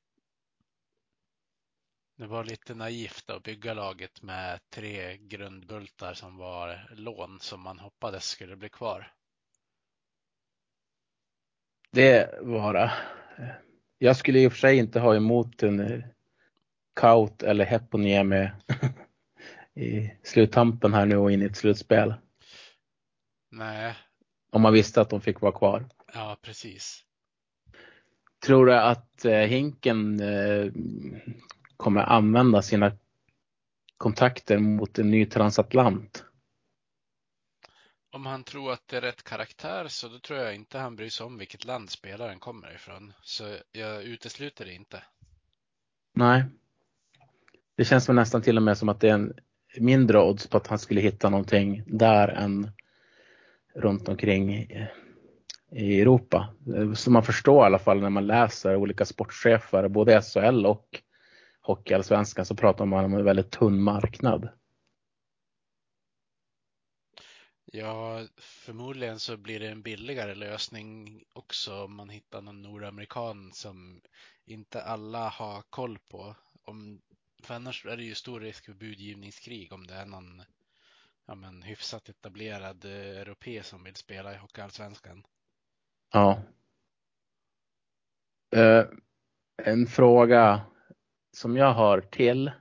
Speaker 2: Det var lite naivt att bygga laget med tre grundbultar som var lån som man hoppades skulle bli kvar.
Speaker 3: det var det. Jag skulle i och för sig inte ha emot en Kaut eller Heponiemi i sluttampen här nu och in i ett slutspel.
Speaker 2: Nej,
Speaker 3: Om man visste att de fick vara kvar.
Speaker 2: ja precis.
Speaker 3: Tror du att eh, Hinken eh, kommer använda sina kontakter mot en ny transatlant?
Speaker 2: Om han tror att det är rätt karaktär så då tror jag inte han bryr sig om vilket land spelaren kommer ifrån. Så jag utesluter det inte.
Speaker 3: Nej. Det känns väl nästan till och med som att det är en mindre odds på att han skulle hitta någonting där än runt omkring i, i Europa. Så man förstår i alla fall när man läser olika sportchefer, både S H L och Hockeyallsvenskan, så pratar man om en väldigt tunn marknad.
Speaker 2: Ja, förmodligen så blir det en billigare lösning också om man hittar någon nordamerikan som inte alla har koll på. Om, för annars är det ju stor risk för budgivningskrig om det är någon, ja, men, hyfsat etablerad eh, europé som vill spela i Hockeyallsvenskan.
Speaker 3: Ja. Eh, en fråga som jag har till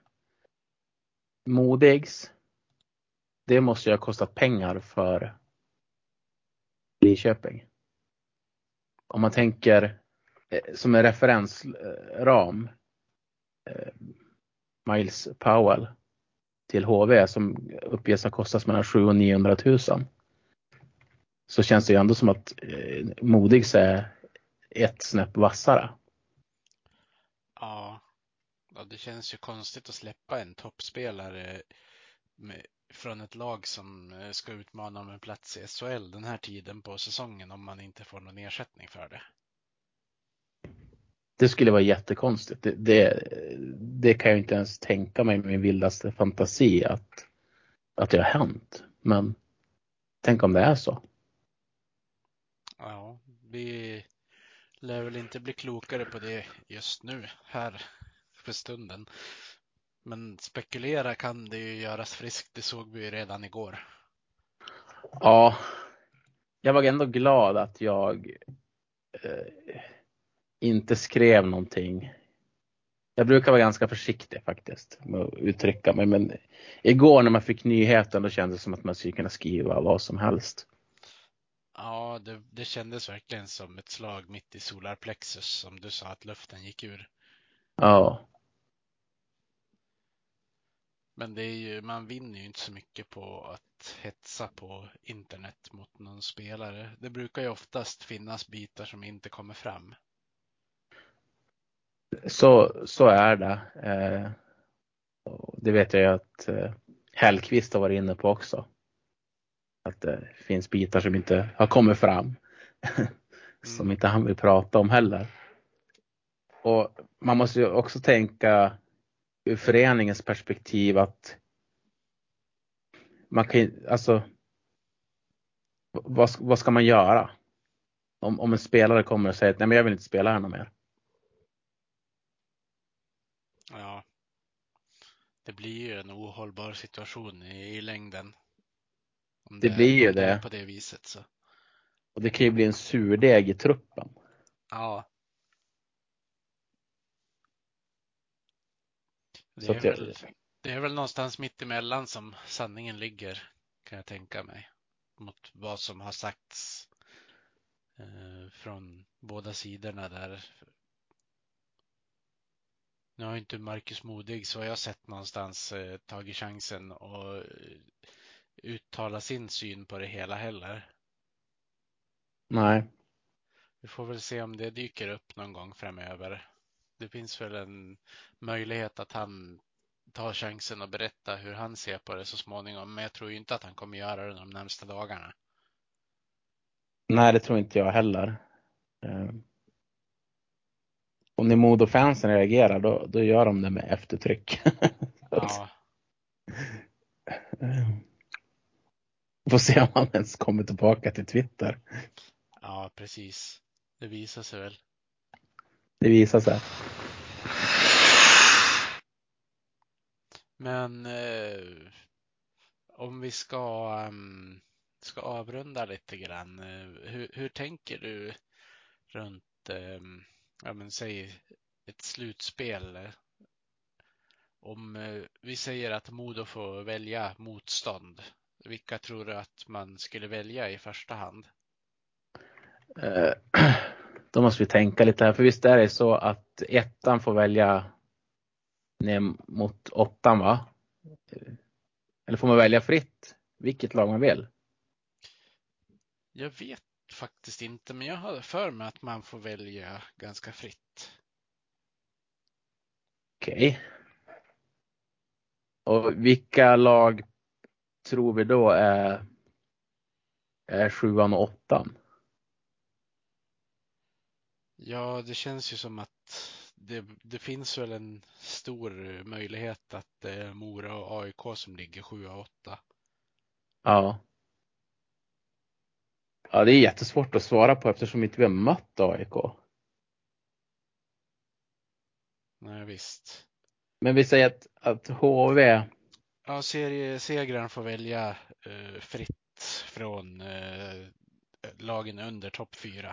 Speaker 3: Modigs. Det måste ju ha kostat pengar för Linköping. Om man tänker eh, som en referensram. Eh, Miles Powell till H V som uppges ha kostat mellan sju och niohundratusen. Så känns det ju ändå som att eh, Modigs är ett snäpp vassare.
Speaker 2: Ja, ja, det känns ju konstigt att släppa en toppspelare med, från ett lag som eh, ska utmana om en plats i S H L den här tiden på säsongen om man inte får någon ersättning för det.
Speaker 3: Det skulle vara jättekonstigt. Det, det, det kan jag inte ens tänka mig med min vildaste fantasi att, att det har hänt. Men tänk om det är så.
Speaker 2: Ja, vi lär väl inte bli klokare på det just nu här för stunden. Men spekulera kan det ju göras friskt, det såg vi ju redan igår.
Speaker 3: Ja, jag var ändå glad att jag eh, inte skrev någonting. Jag brukar vara ganska försiktig faktiskt med att uttrycka mig, men igår när man fick nyheten då kändes det som att man skulle kunna skriva vad som helst.
Speaker 2: Ja, det, det kändes verkligen som ett slag mitt i solarplexus som du sa att luften gick ur.
Speaker 3: Ja,
Speaker 2: Men det är ju, man vinner ju inte så mycket på att hetsa på internet mot någon spelare. Det brukar ju oftast finnas bitar som inte kommer fram.
Speaker 3: så, så är det. Eh, och det vet jag ju att eh, Hellqvist har varit inne på också. Att det finns bitar som inte har kommit fram. Som
Speaker 2: Mm.
Speaker 3: inte han vill prata om heller. Och man måste ju också tänka ur föreningens perspektiv att man kan, alltså, vad, vad ska man göra? Om, om en spelare kommer och säger att nej, men jag vill inte spela här någon mer.
Speaker 2: Ja, det blir ju en ohållbar situation i, i längden. Om
Speaker 3: Det
Speaker 2: det,
Speaker 3: blir ju
Speaker 2: om det är
Speaker 3: det.
Speaker 2: på det viset så.
Speaker 3: Och det kan ju bli en surdeg i truppen.
Speaker 2: Ja, det
Speaker 3: Så
Speaker 2: är
Speaker 3: att jag,
Speaker 2: väl, det är väl någonstans mitt emellan som sanningen ligger, kan jag tänka mig. Mot vad som har sagts eh, från båda sidorna där. Nu har inte Marcus Modig, så har jag sett någonstans, eh, tagit chansen och eh, uttala sin syn på det hela heller.
Speaker 3: Nej.
Speaker 2: Vi får väl se om det dyker upp någon gång framöver. Det finns väl en möjlighet att han tar chansen att berätta hur han ser på det så småningom. Men jag tror ju inte att han kommer göra det de närmsta dagarna.
Speaker 3: Nej, det tror inte jag heller. Eh, Om ni Modo-fansen reagerar, då, då gör de det med eftertryck.
Speaker 2: Ja,
Speaker 3: Eh, Får se om han ens kommer tillbaka till Twitter.
Speaker 2: ja precis. Det visar sig väl.
Speaker 3: Det visar sig.
Speaker 2: Men eh, om vi ska, um, ska avrunda lite grann. Eh, hur, hur tänker du runt, eh, ja men säg ett slutspel? eh, Om eh, vi säger att Modo får välja motstånd. Vilka tror du att man skulle välja i första hand?
Speaker 3: Eh, Då måste vi tänka lite här. För visst är det så att ettan får välja ner mot åttan, va? Eller får man välja fritt vilket lag man vill?
Speaker 2: Jag vet faktiskt inte, men jag har för mig att man får välja ganska fritt.
Speaker 3: Okej. Och vilka lag tror vi då är, är sjuan och åttan?
Speaker 2: Ja, det känns ju som att det, det finns väl en stor möjlighet att det är Mora och A I K som ligger sju och åtta.
Speaker 3: Ja. Ja, det är jättesvårt att svara på eftersom inte vi har mött A I K.
Speaker 2: Nej, visst.
Speaker 3: Men vi säger att, att H V,
Speaker 2: Ja, seriesegraren får välja eh, fritt från eh, lagen under topp fyra.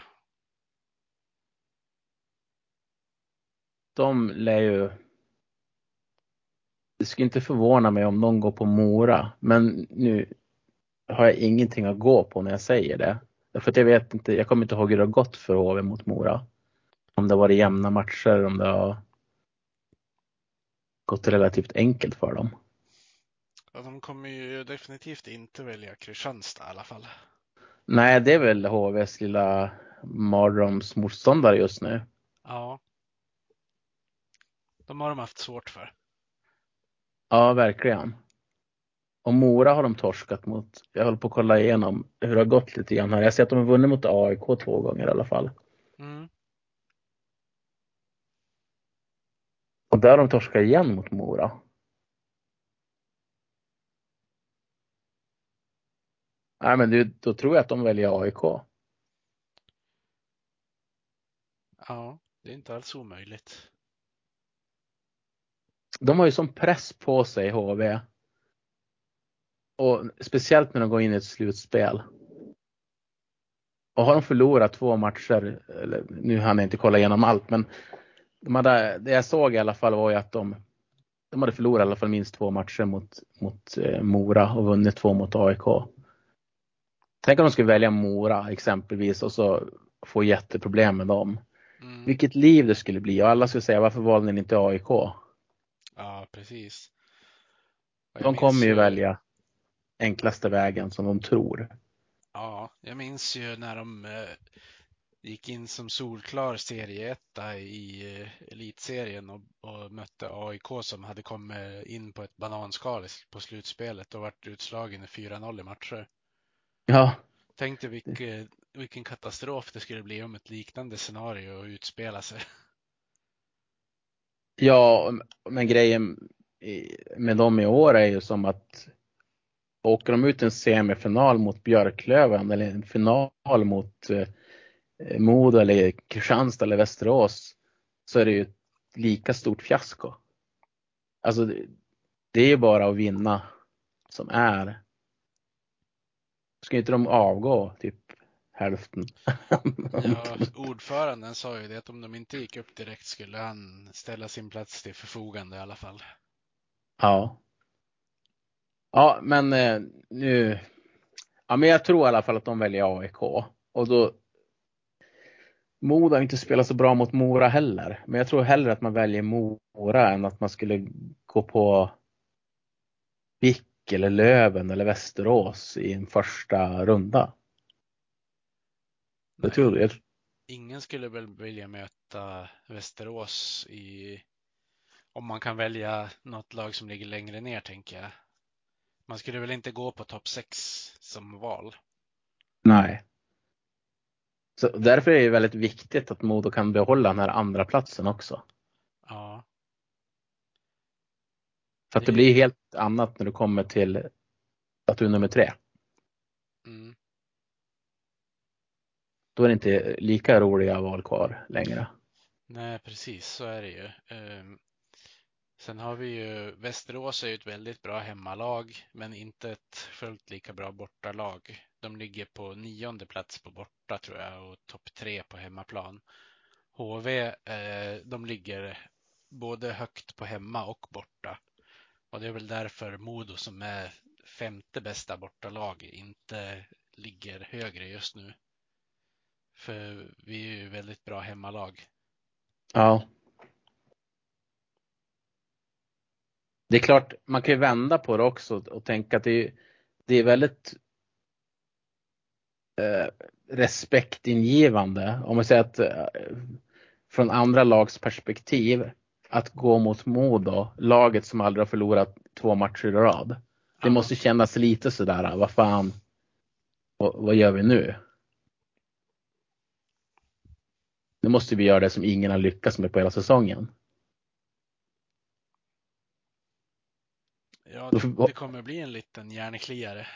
Speaker 3: de lär ju... Det skulle inte förvåna mig om någon går på Mora. Men nu har jag ingenting att gå på när jag säger det. Därför att jag vet inte, jag kommer inte ihåg hur det har gått för H V mot Mora. Om det har varit jämna matcher, om det har gått relativt enkelt för dem.
Speaker 2: Ja, de kommer ju definitivt inte välja Kristianstad i alla fall.
Speaker 3: Nej, det är väl H V:s lilla mardrömsmotståndare just nu.
Speaker 2: Ja, de har de haft svårt för.
Speaker 3: Ja, verkligen. Och Mora har de torskat mot. Jag håller på att kolla igenom hur det har gått lite grann här. Jag ser att de har vunnit mot A I K två gånger i alla fall.
Speaker 2: Mm.
Speaker 3: Och där har de torskat igen mot Mora. Nej, men det, då tror jag att de väljer A I K.
Speaker 2: Ja, det är inte alls omöjligt.
Speaker 3: De har ju sån press på sig, H V. Och speciellt när de går in i ett slutspel. Och har de förlorat två matcher, eller nu hann jag inte kolla igenom allt, men de hade, det jag såg i alla fall var ju att de, de hade förlorat i alla fall minst två matcher mot, mot eh, Mora och vunnit två mot A I K. Tänk om de skulle välja Mora exempelvis och så få jätteproblem med dem.
Speaker 2: Mm.
Speaker 3: Vilket liv det skulle bli och alla skulle säga varför valde ni inte A I K?
Speaker 2: Ja, precis. Och jag
Speaker 3: De
Speaker 2: minns
Speaker 3: kommer ju
Speaker 2: ju,
Speaker 3: välja enklaste vägen som de tror.
Speaker 2: ja, jag minns ju när de eh, gick in som solklar serieetta i eh, elitserien och, och mötte A I K som hade kommit in på ett bananskal i- på slutspelet och varit utslagen i fyra noll i matcher.
Speaker 3: Ja,
Speaker 2: Tänk dig vilken, vilken katastrof det skulle bli om ett liknande scenario utspelar sig.
Speaker 3: ja, men grejen i- med dem i år är ju som att åker de ut en semifinal mot Björklöven eller en final mot eh, Modo eller Kristianstad eller Västerås så är det ju ett lika stort fiasko. Alltså det, det är ju bara att vinna som är. Ska inte de avgå typ hälften?
Speaker 2: Ja, ordföranden sa ju det att om de inte gick upp direkt skulle han ställa sin plats till förfogande i alla fall.
Speaker 3: Ja. Ja, men eh, nu. Ja, men jag tror i alla fall att de väljer A I K. Och då. Modo har inte spelat så bra mot Mora heller. Men jag tror hellre att man väljer Mora än att man skulle gå på eller Löven eller Västerås i en första runda.
Speaker 2: Nej,
Speaker 3: Jag tror jag,
Speaker 2: ingen skulle väl vilja möta Västerås i, om man kan välja något lag som ligger längre ner, tänker jag. Man skulle väl inte gå på topp sex som val.
Speaker 3: nej. Så därför är det väldigt viktigt att Modo kan behålla den här andra platsen också.
Speaker 2: Ja.
Speaker 3: För att det,
Speaker 2: Det-
Speaker 3: det blir helt annat när du kommer till att du är nummer tre.
Speaker 2: Mm.
Speaker 3: Då är det inte lika roliga val kvar längre.
Speaker 2: Nej, precis, så är det ju. Ehm, Sen har vi ju Västerås är ju ett väldigt bra hemmalag, men inte ett fullt lika bra bortalag. De ligger på nionde plats på borta, tror jag, och topp tre på hemmaplan. H V, eh, de ligger både högt på hemma och borta. Och det är väl därför Modo, som är femte bästa bortalag, inte ligger högre just nu. För vi är ju väldigt bra hemmalag.
Speaker 3: Ja. Det är klart, man kan ju vända på det också och tänka att det är, det är väldigt eh, respektingivande. Om man säger att eh, från andra lags perspektiv att gå mot Modo, laget som aldrig har förlorat två matcher i rad. Det
Speaker 2: Ja.
Speaker 3: måste kännas lite sådär, vad fan, vad, vad gör vi nu? Nu måste vi göra det som ingen har lyckats med på hela säsongen.
Speaker 2: Ja,
Speaker 3: Då
Speaker 2: det,
Speaker 3: får,
Speaker 2: det kommer bli en liten hjärnekliare.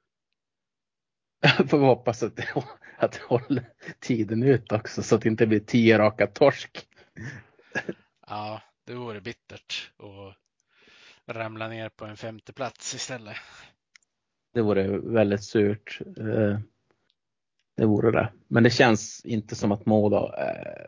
Speaker 3: får vi hoppas att det, att det håller tiden ut också så att det inte blir tio raka torsk.
Speaker 2: Ja, det vore bittert att ramla ner på en femte plats istället.
Speaker 3: Det vore väldigt surt. Eh, Det vore det. Men det känns inte som att Modo eh,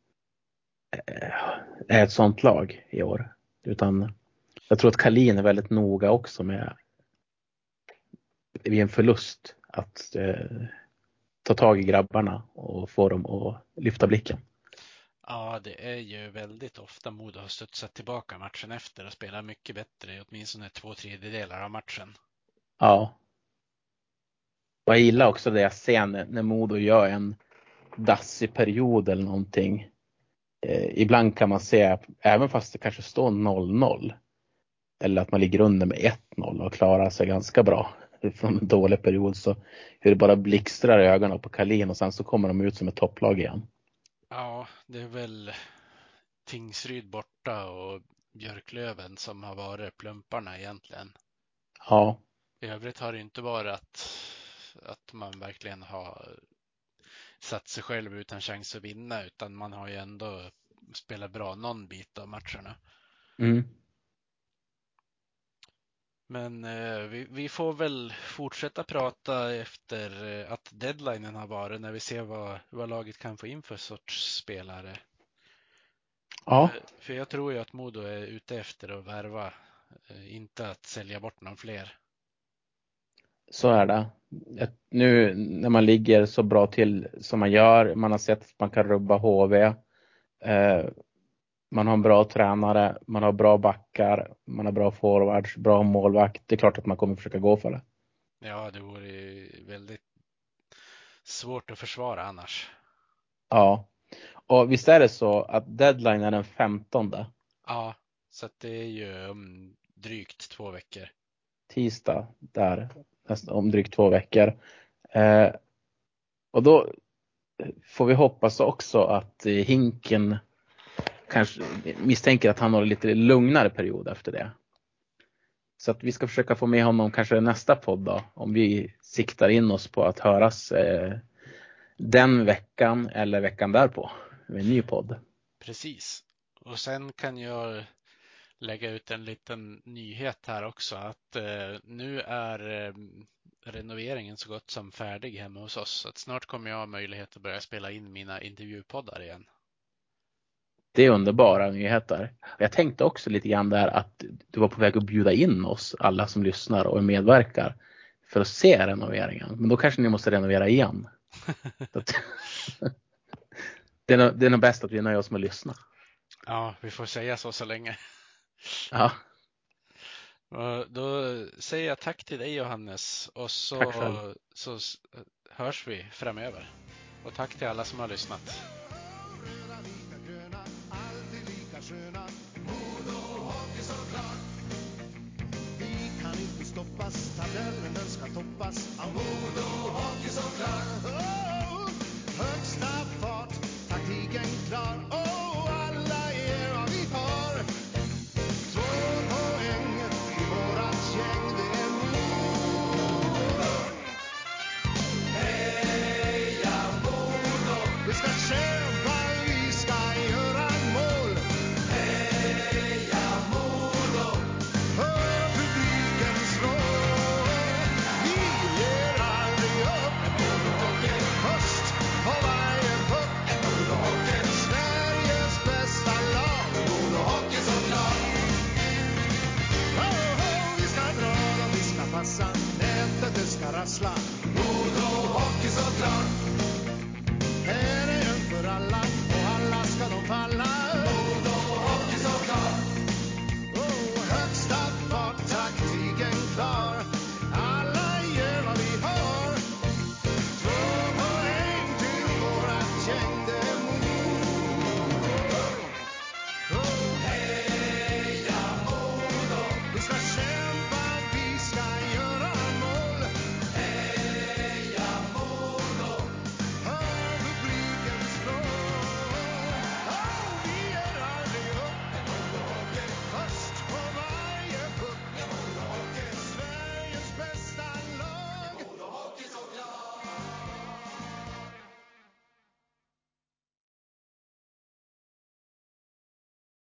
Speaker 3: är ett sånt lag i år. Utan jag tror att Kalin är väldigt noga också med vid en förlust att eh, ta tag i grabbarna och få dem att lyfta blicken.
Speaker 2: Ja, det är ju väldigt ofta Modo har studsat tillbaka matchen efter och spelar mycket bättre i åtminstone två tredjedelar av matchen.
Speaker 3: Ja. Och jag gillar också det jag ser när, när Modo gör en dassig period eller någonting. Eh, ibland kan man se, även fast det kanske står noll noll eller att man ligger under med ett noll och klarar sig ganska bra från en dålig period, så hur det bara blixtrar i ögonen på Kalin och sen så kommer de ut som ett topplag igen.
Speaker 2: Ja, det är väl Tingsryd borta och Björklöven som har varit plumparna egentligen.
Speaker 3: Ja,
Speaker 2: I övrigt har det inte varit att, att man verkligen har satt sig själv utan chans att vinna, utan man har ju ändå spelat bra någon bit av matcherna.
Speaker 3: mm.
Speaker 2: Men eh, vi, vi får väl fortsätta prata efter eh, att deadlinen har varit, när vi ser vad, vad laget kan få in för sorts spelare.
Speaker 3: Ja,
Speaker 2: För, för jag tror ju att Modo är ute efter att värva, eh, inte att sälja bort någon fler.
Speaker 3: så är det. Ett- Nu när man ligger så bra till som man gör, man har sett att man kan rubba H V. Eh, man har en bra tränare, man har bra backar, man har bra forwards, bra målvakt. Det är klart att man kommer försöka gå för det.
Speaker 2: Ja, det vore ju väldigt svårt att försvara annars.
Speaker 3: Ja, och visst är det så att deadline är den femtonde.
Speaker 2: Ja, så att det är ju om drygt två veckor.
Speaker 3: Tisdag där nästan om drygt två veckor. Eh, och då får vi hoppas också att eh, Hinken kanske misstänker att han har en lite lugnare period efter det. Så att vi ska försöka få med honom kanske nästa podd då, om vi siktar in oss på att höras eh, den veckan eller veckan därpå med en ny podd.
Speaker 2: Precis. Och sen kan jag lägga ut en liten nyhet här också, att eh, nu är eh, renoveringen så gott som färdig hemma hos oss. Så att snart kommer jag ha möjlighet att börja spela in mina intervjupoddar igen.
Speaker 3: Det är underbara nyheter. Jag tänkte också lite grann där att du var på väg att bjuda in oss, alla som lyssnar och medverkar, för att se renoveringen. Men då kanske ni måste renovera igen. det, är nog, det är nog bäst att vi nöjer oss med att lyssna.
Speaker 2: Ja, vi får säga så så länge.
Speaker 3: Ja.
Speaker 2: Och då säger jag tack till dig, Johannes, och så,
Speaker 3: Tack själv.
Speaker 2: så hörs vi framöver. Och tack till alla som har lyssnat.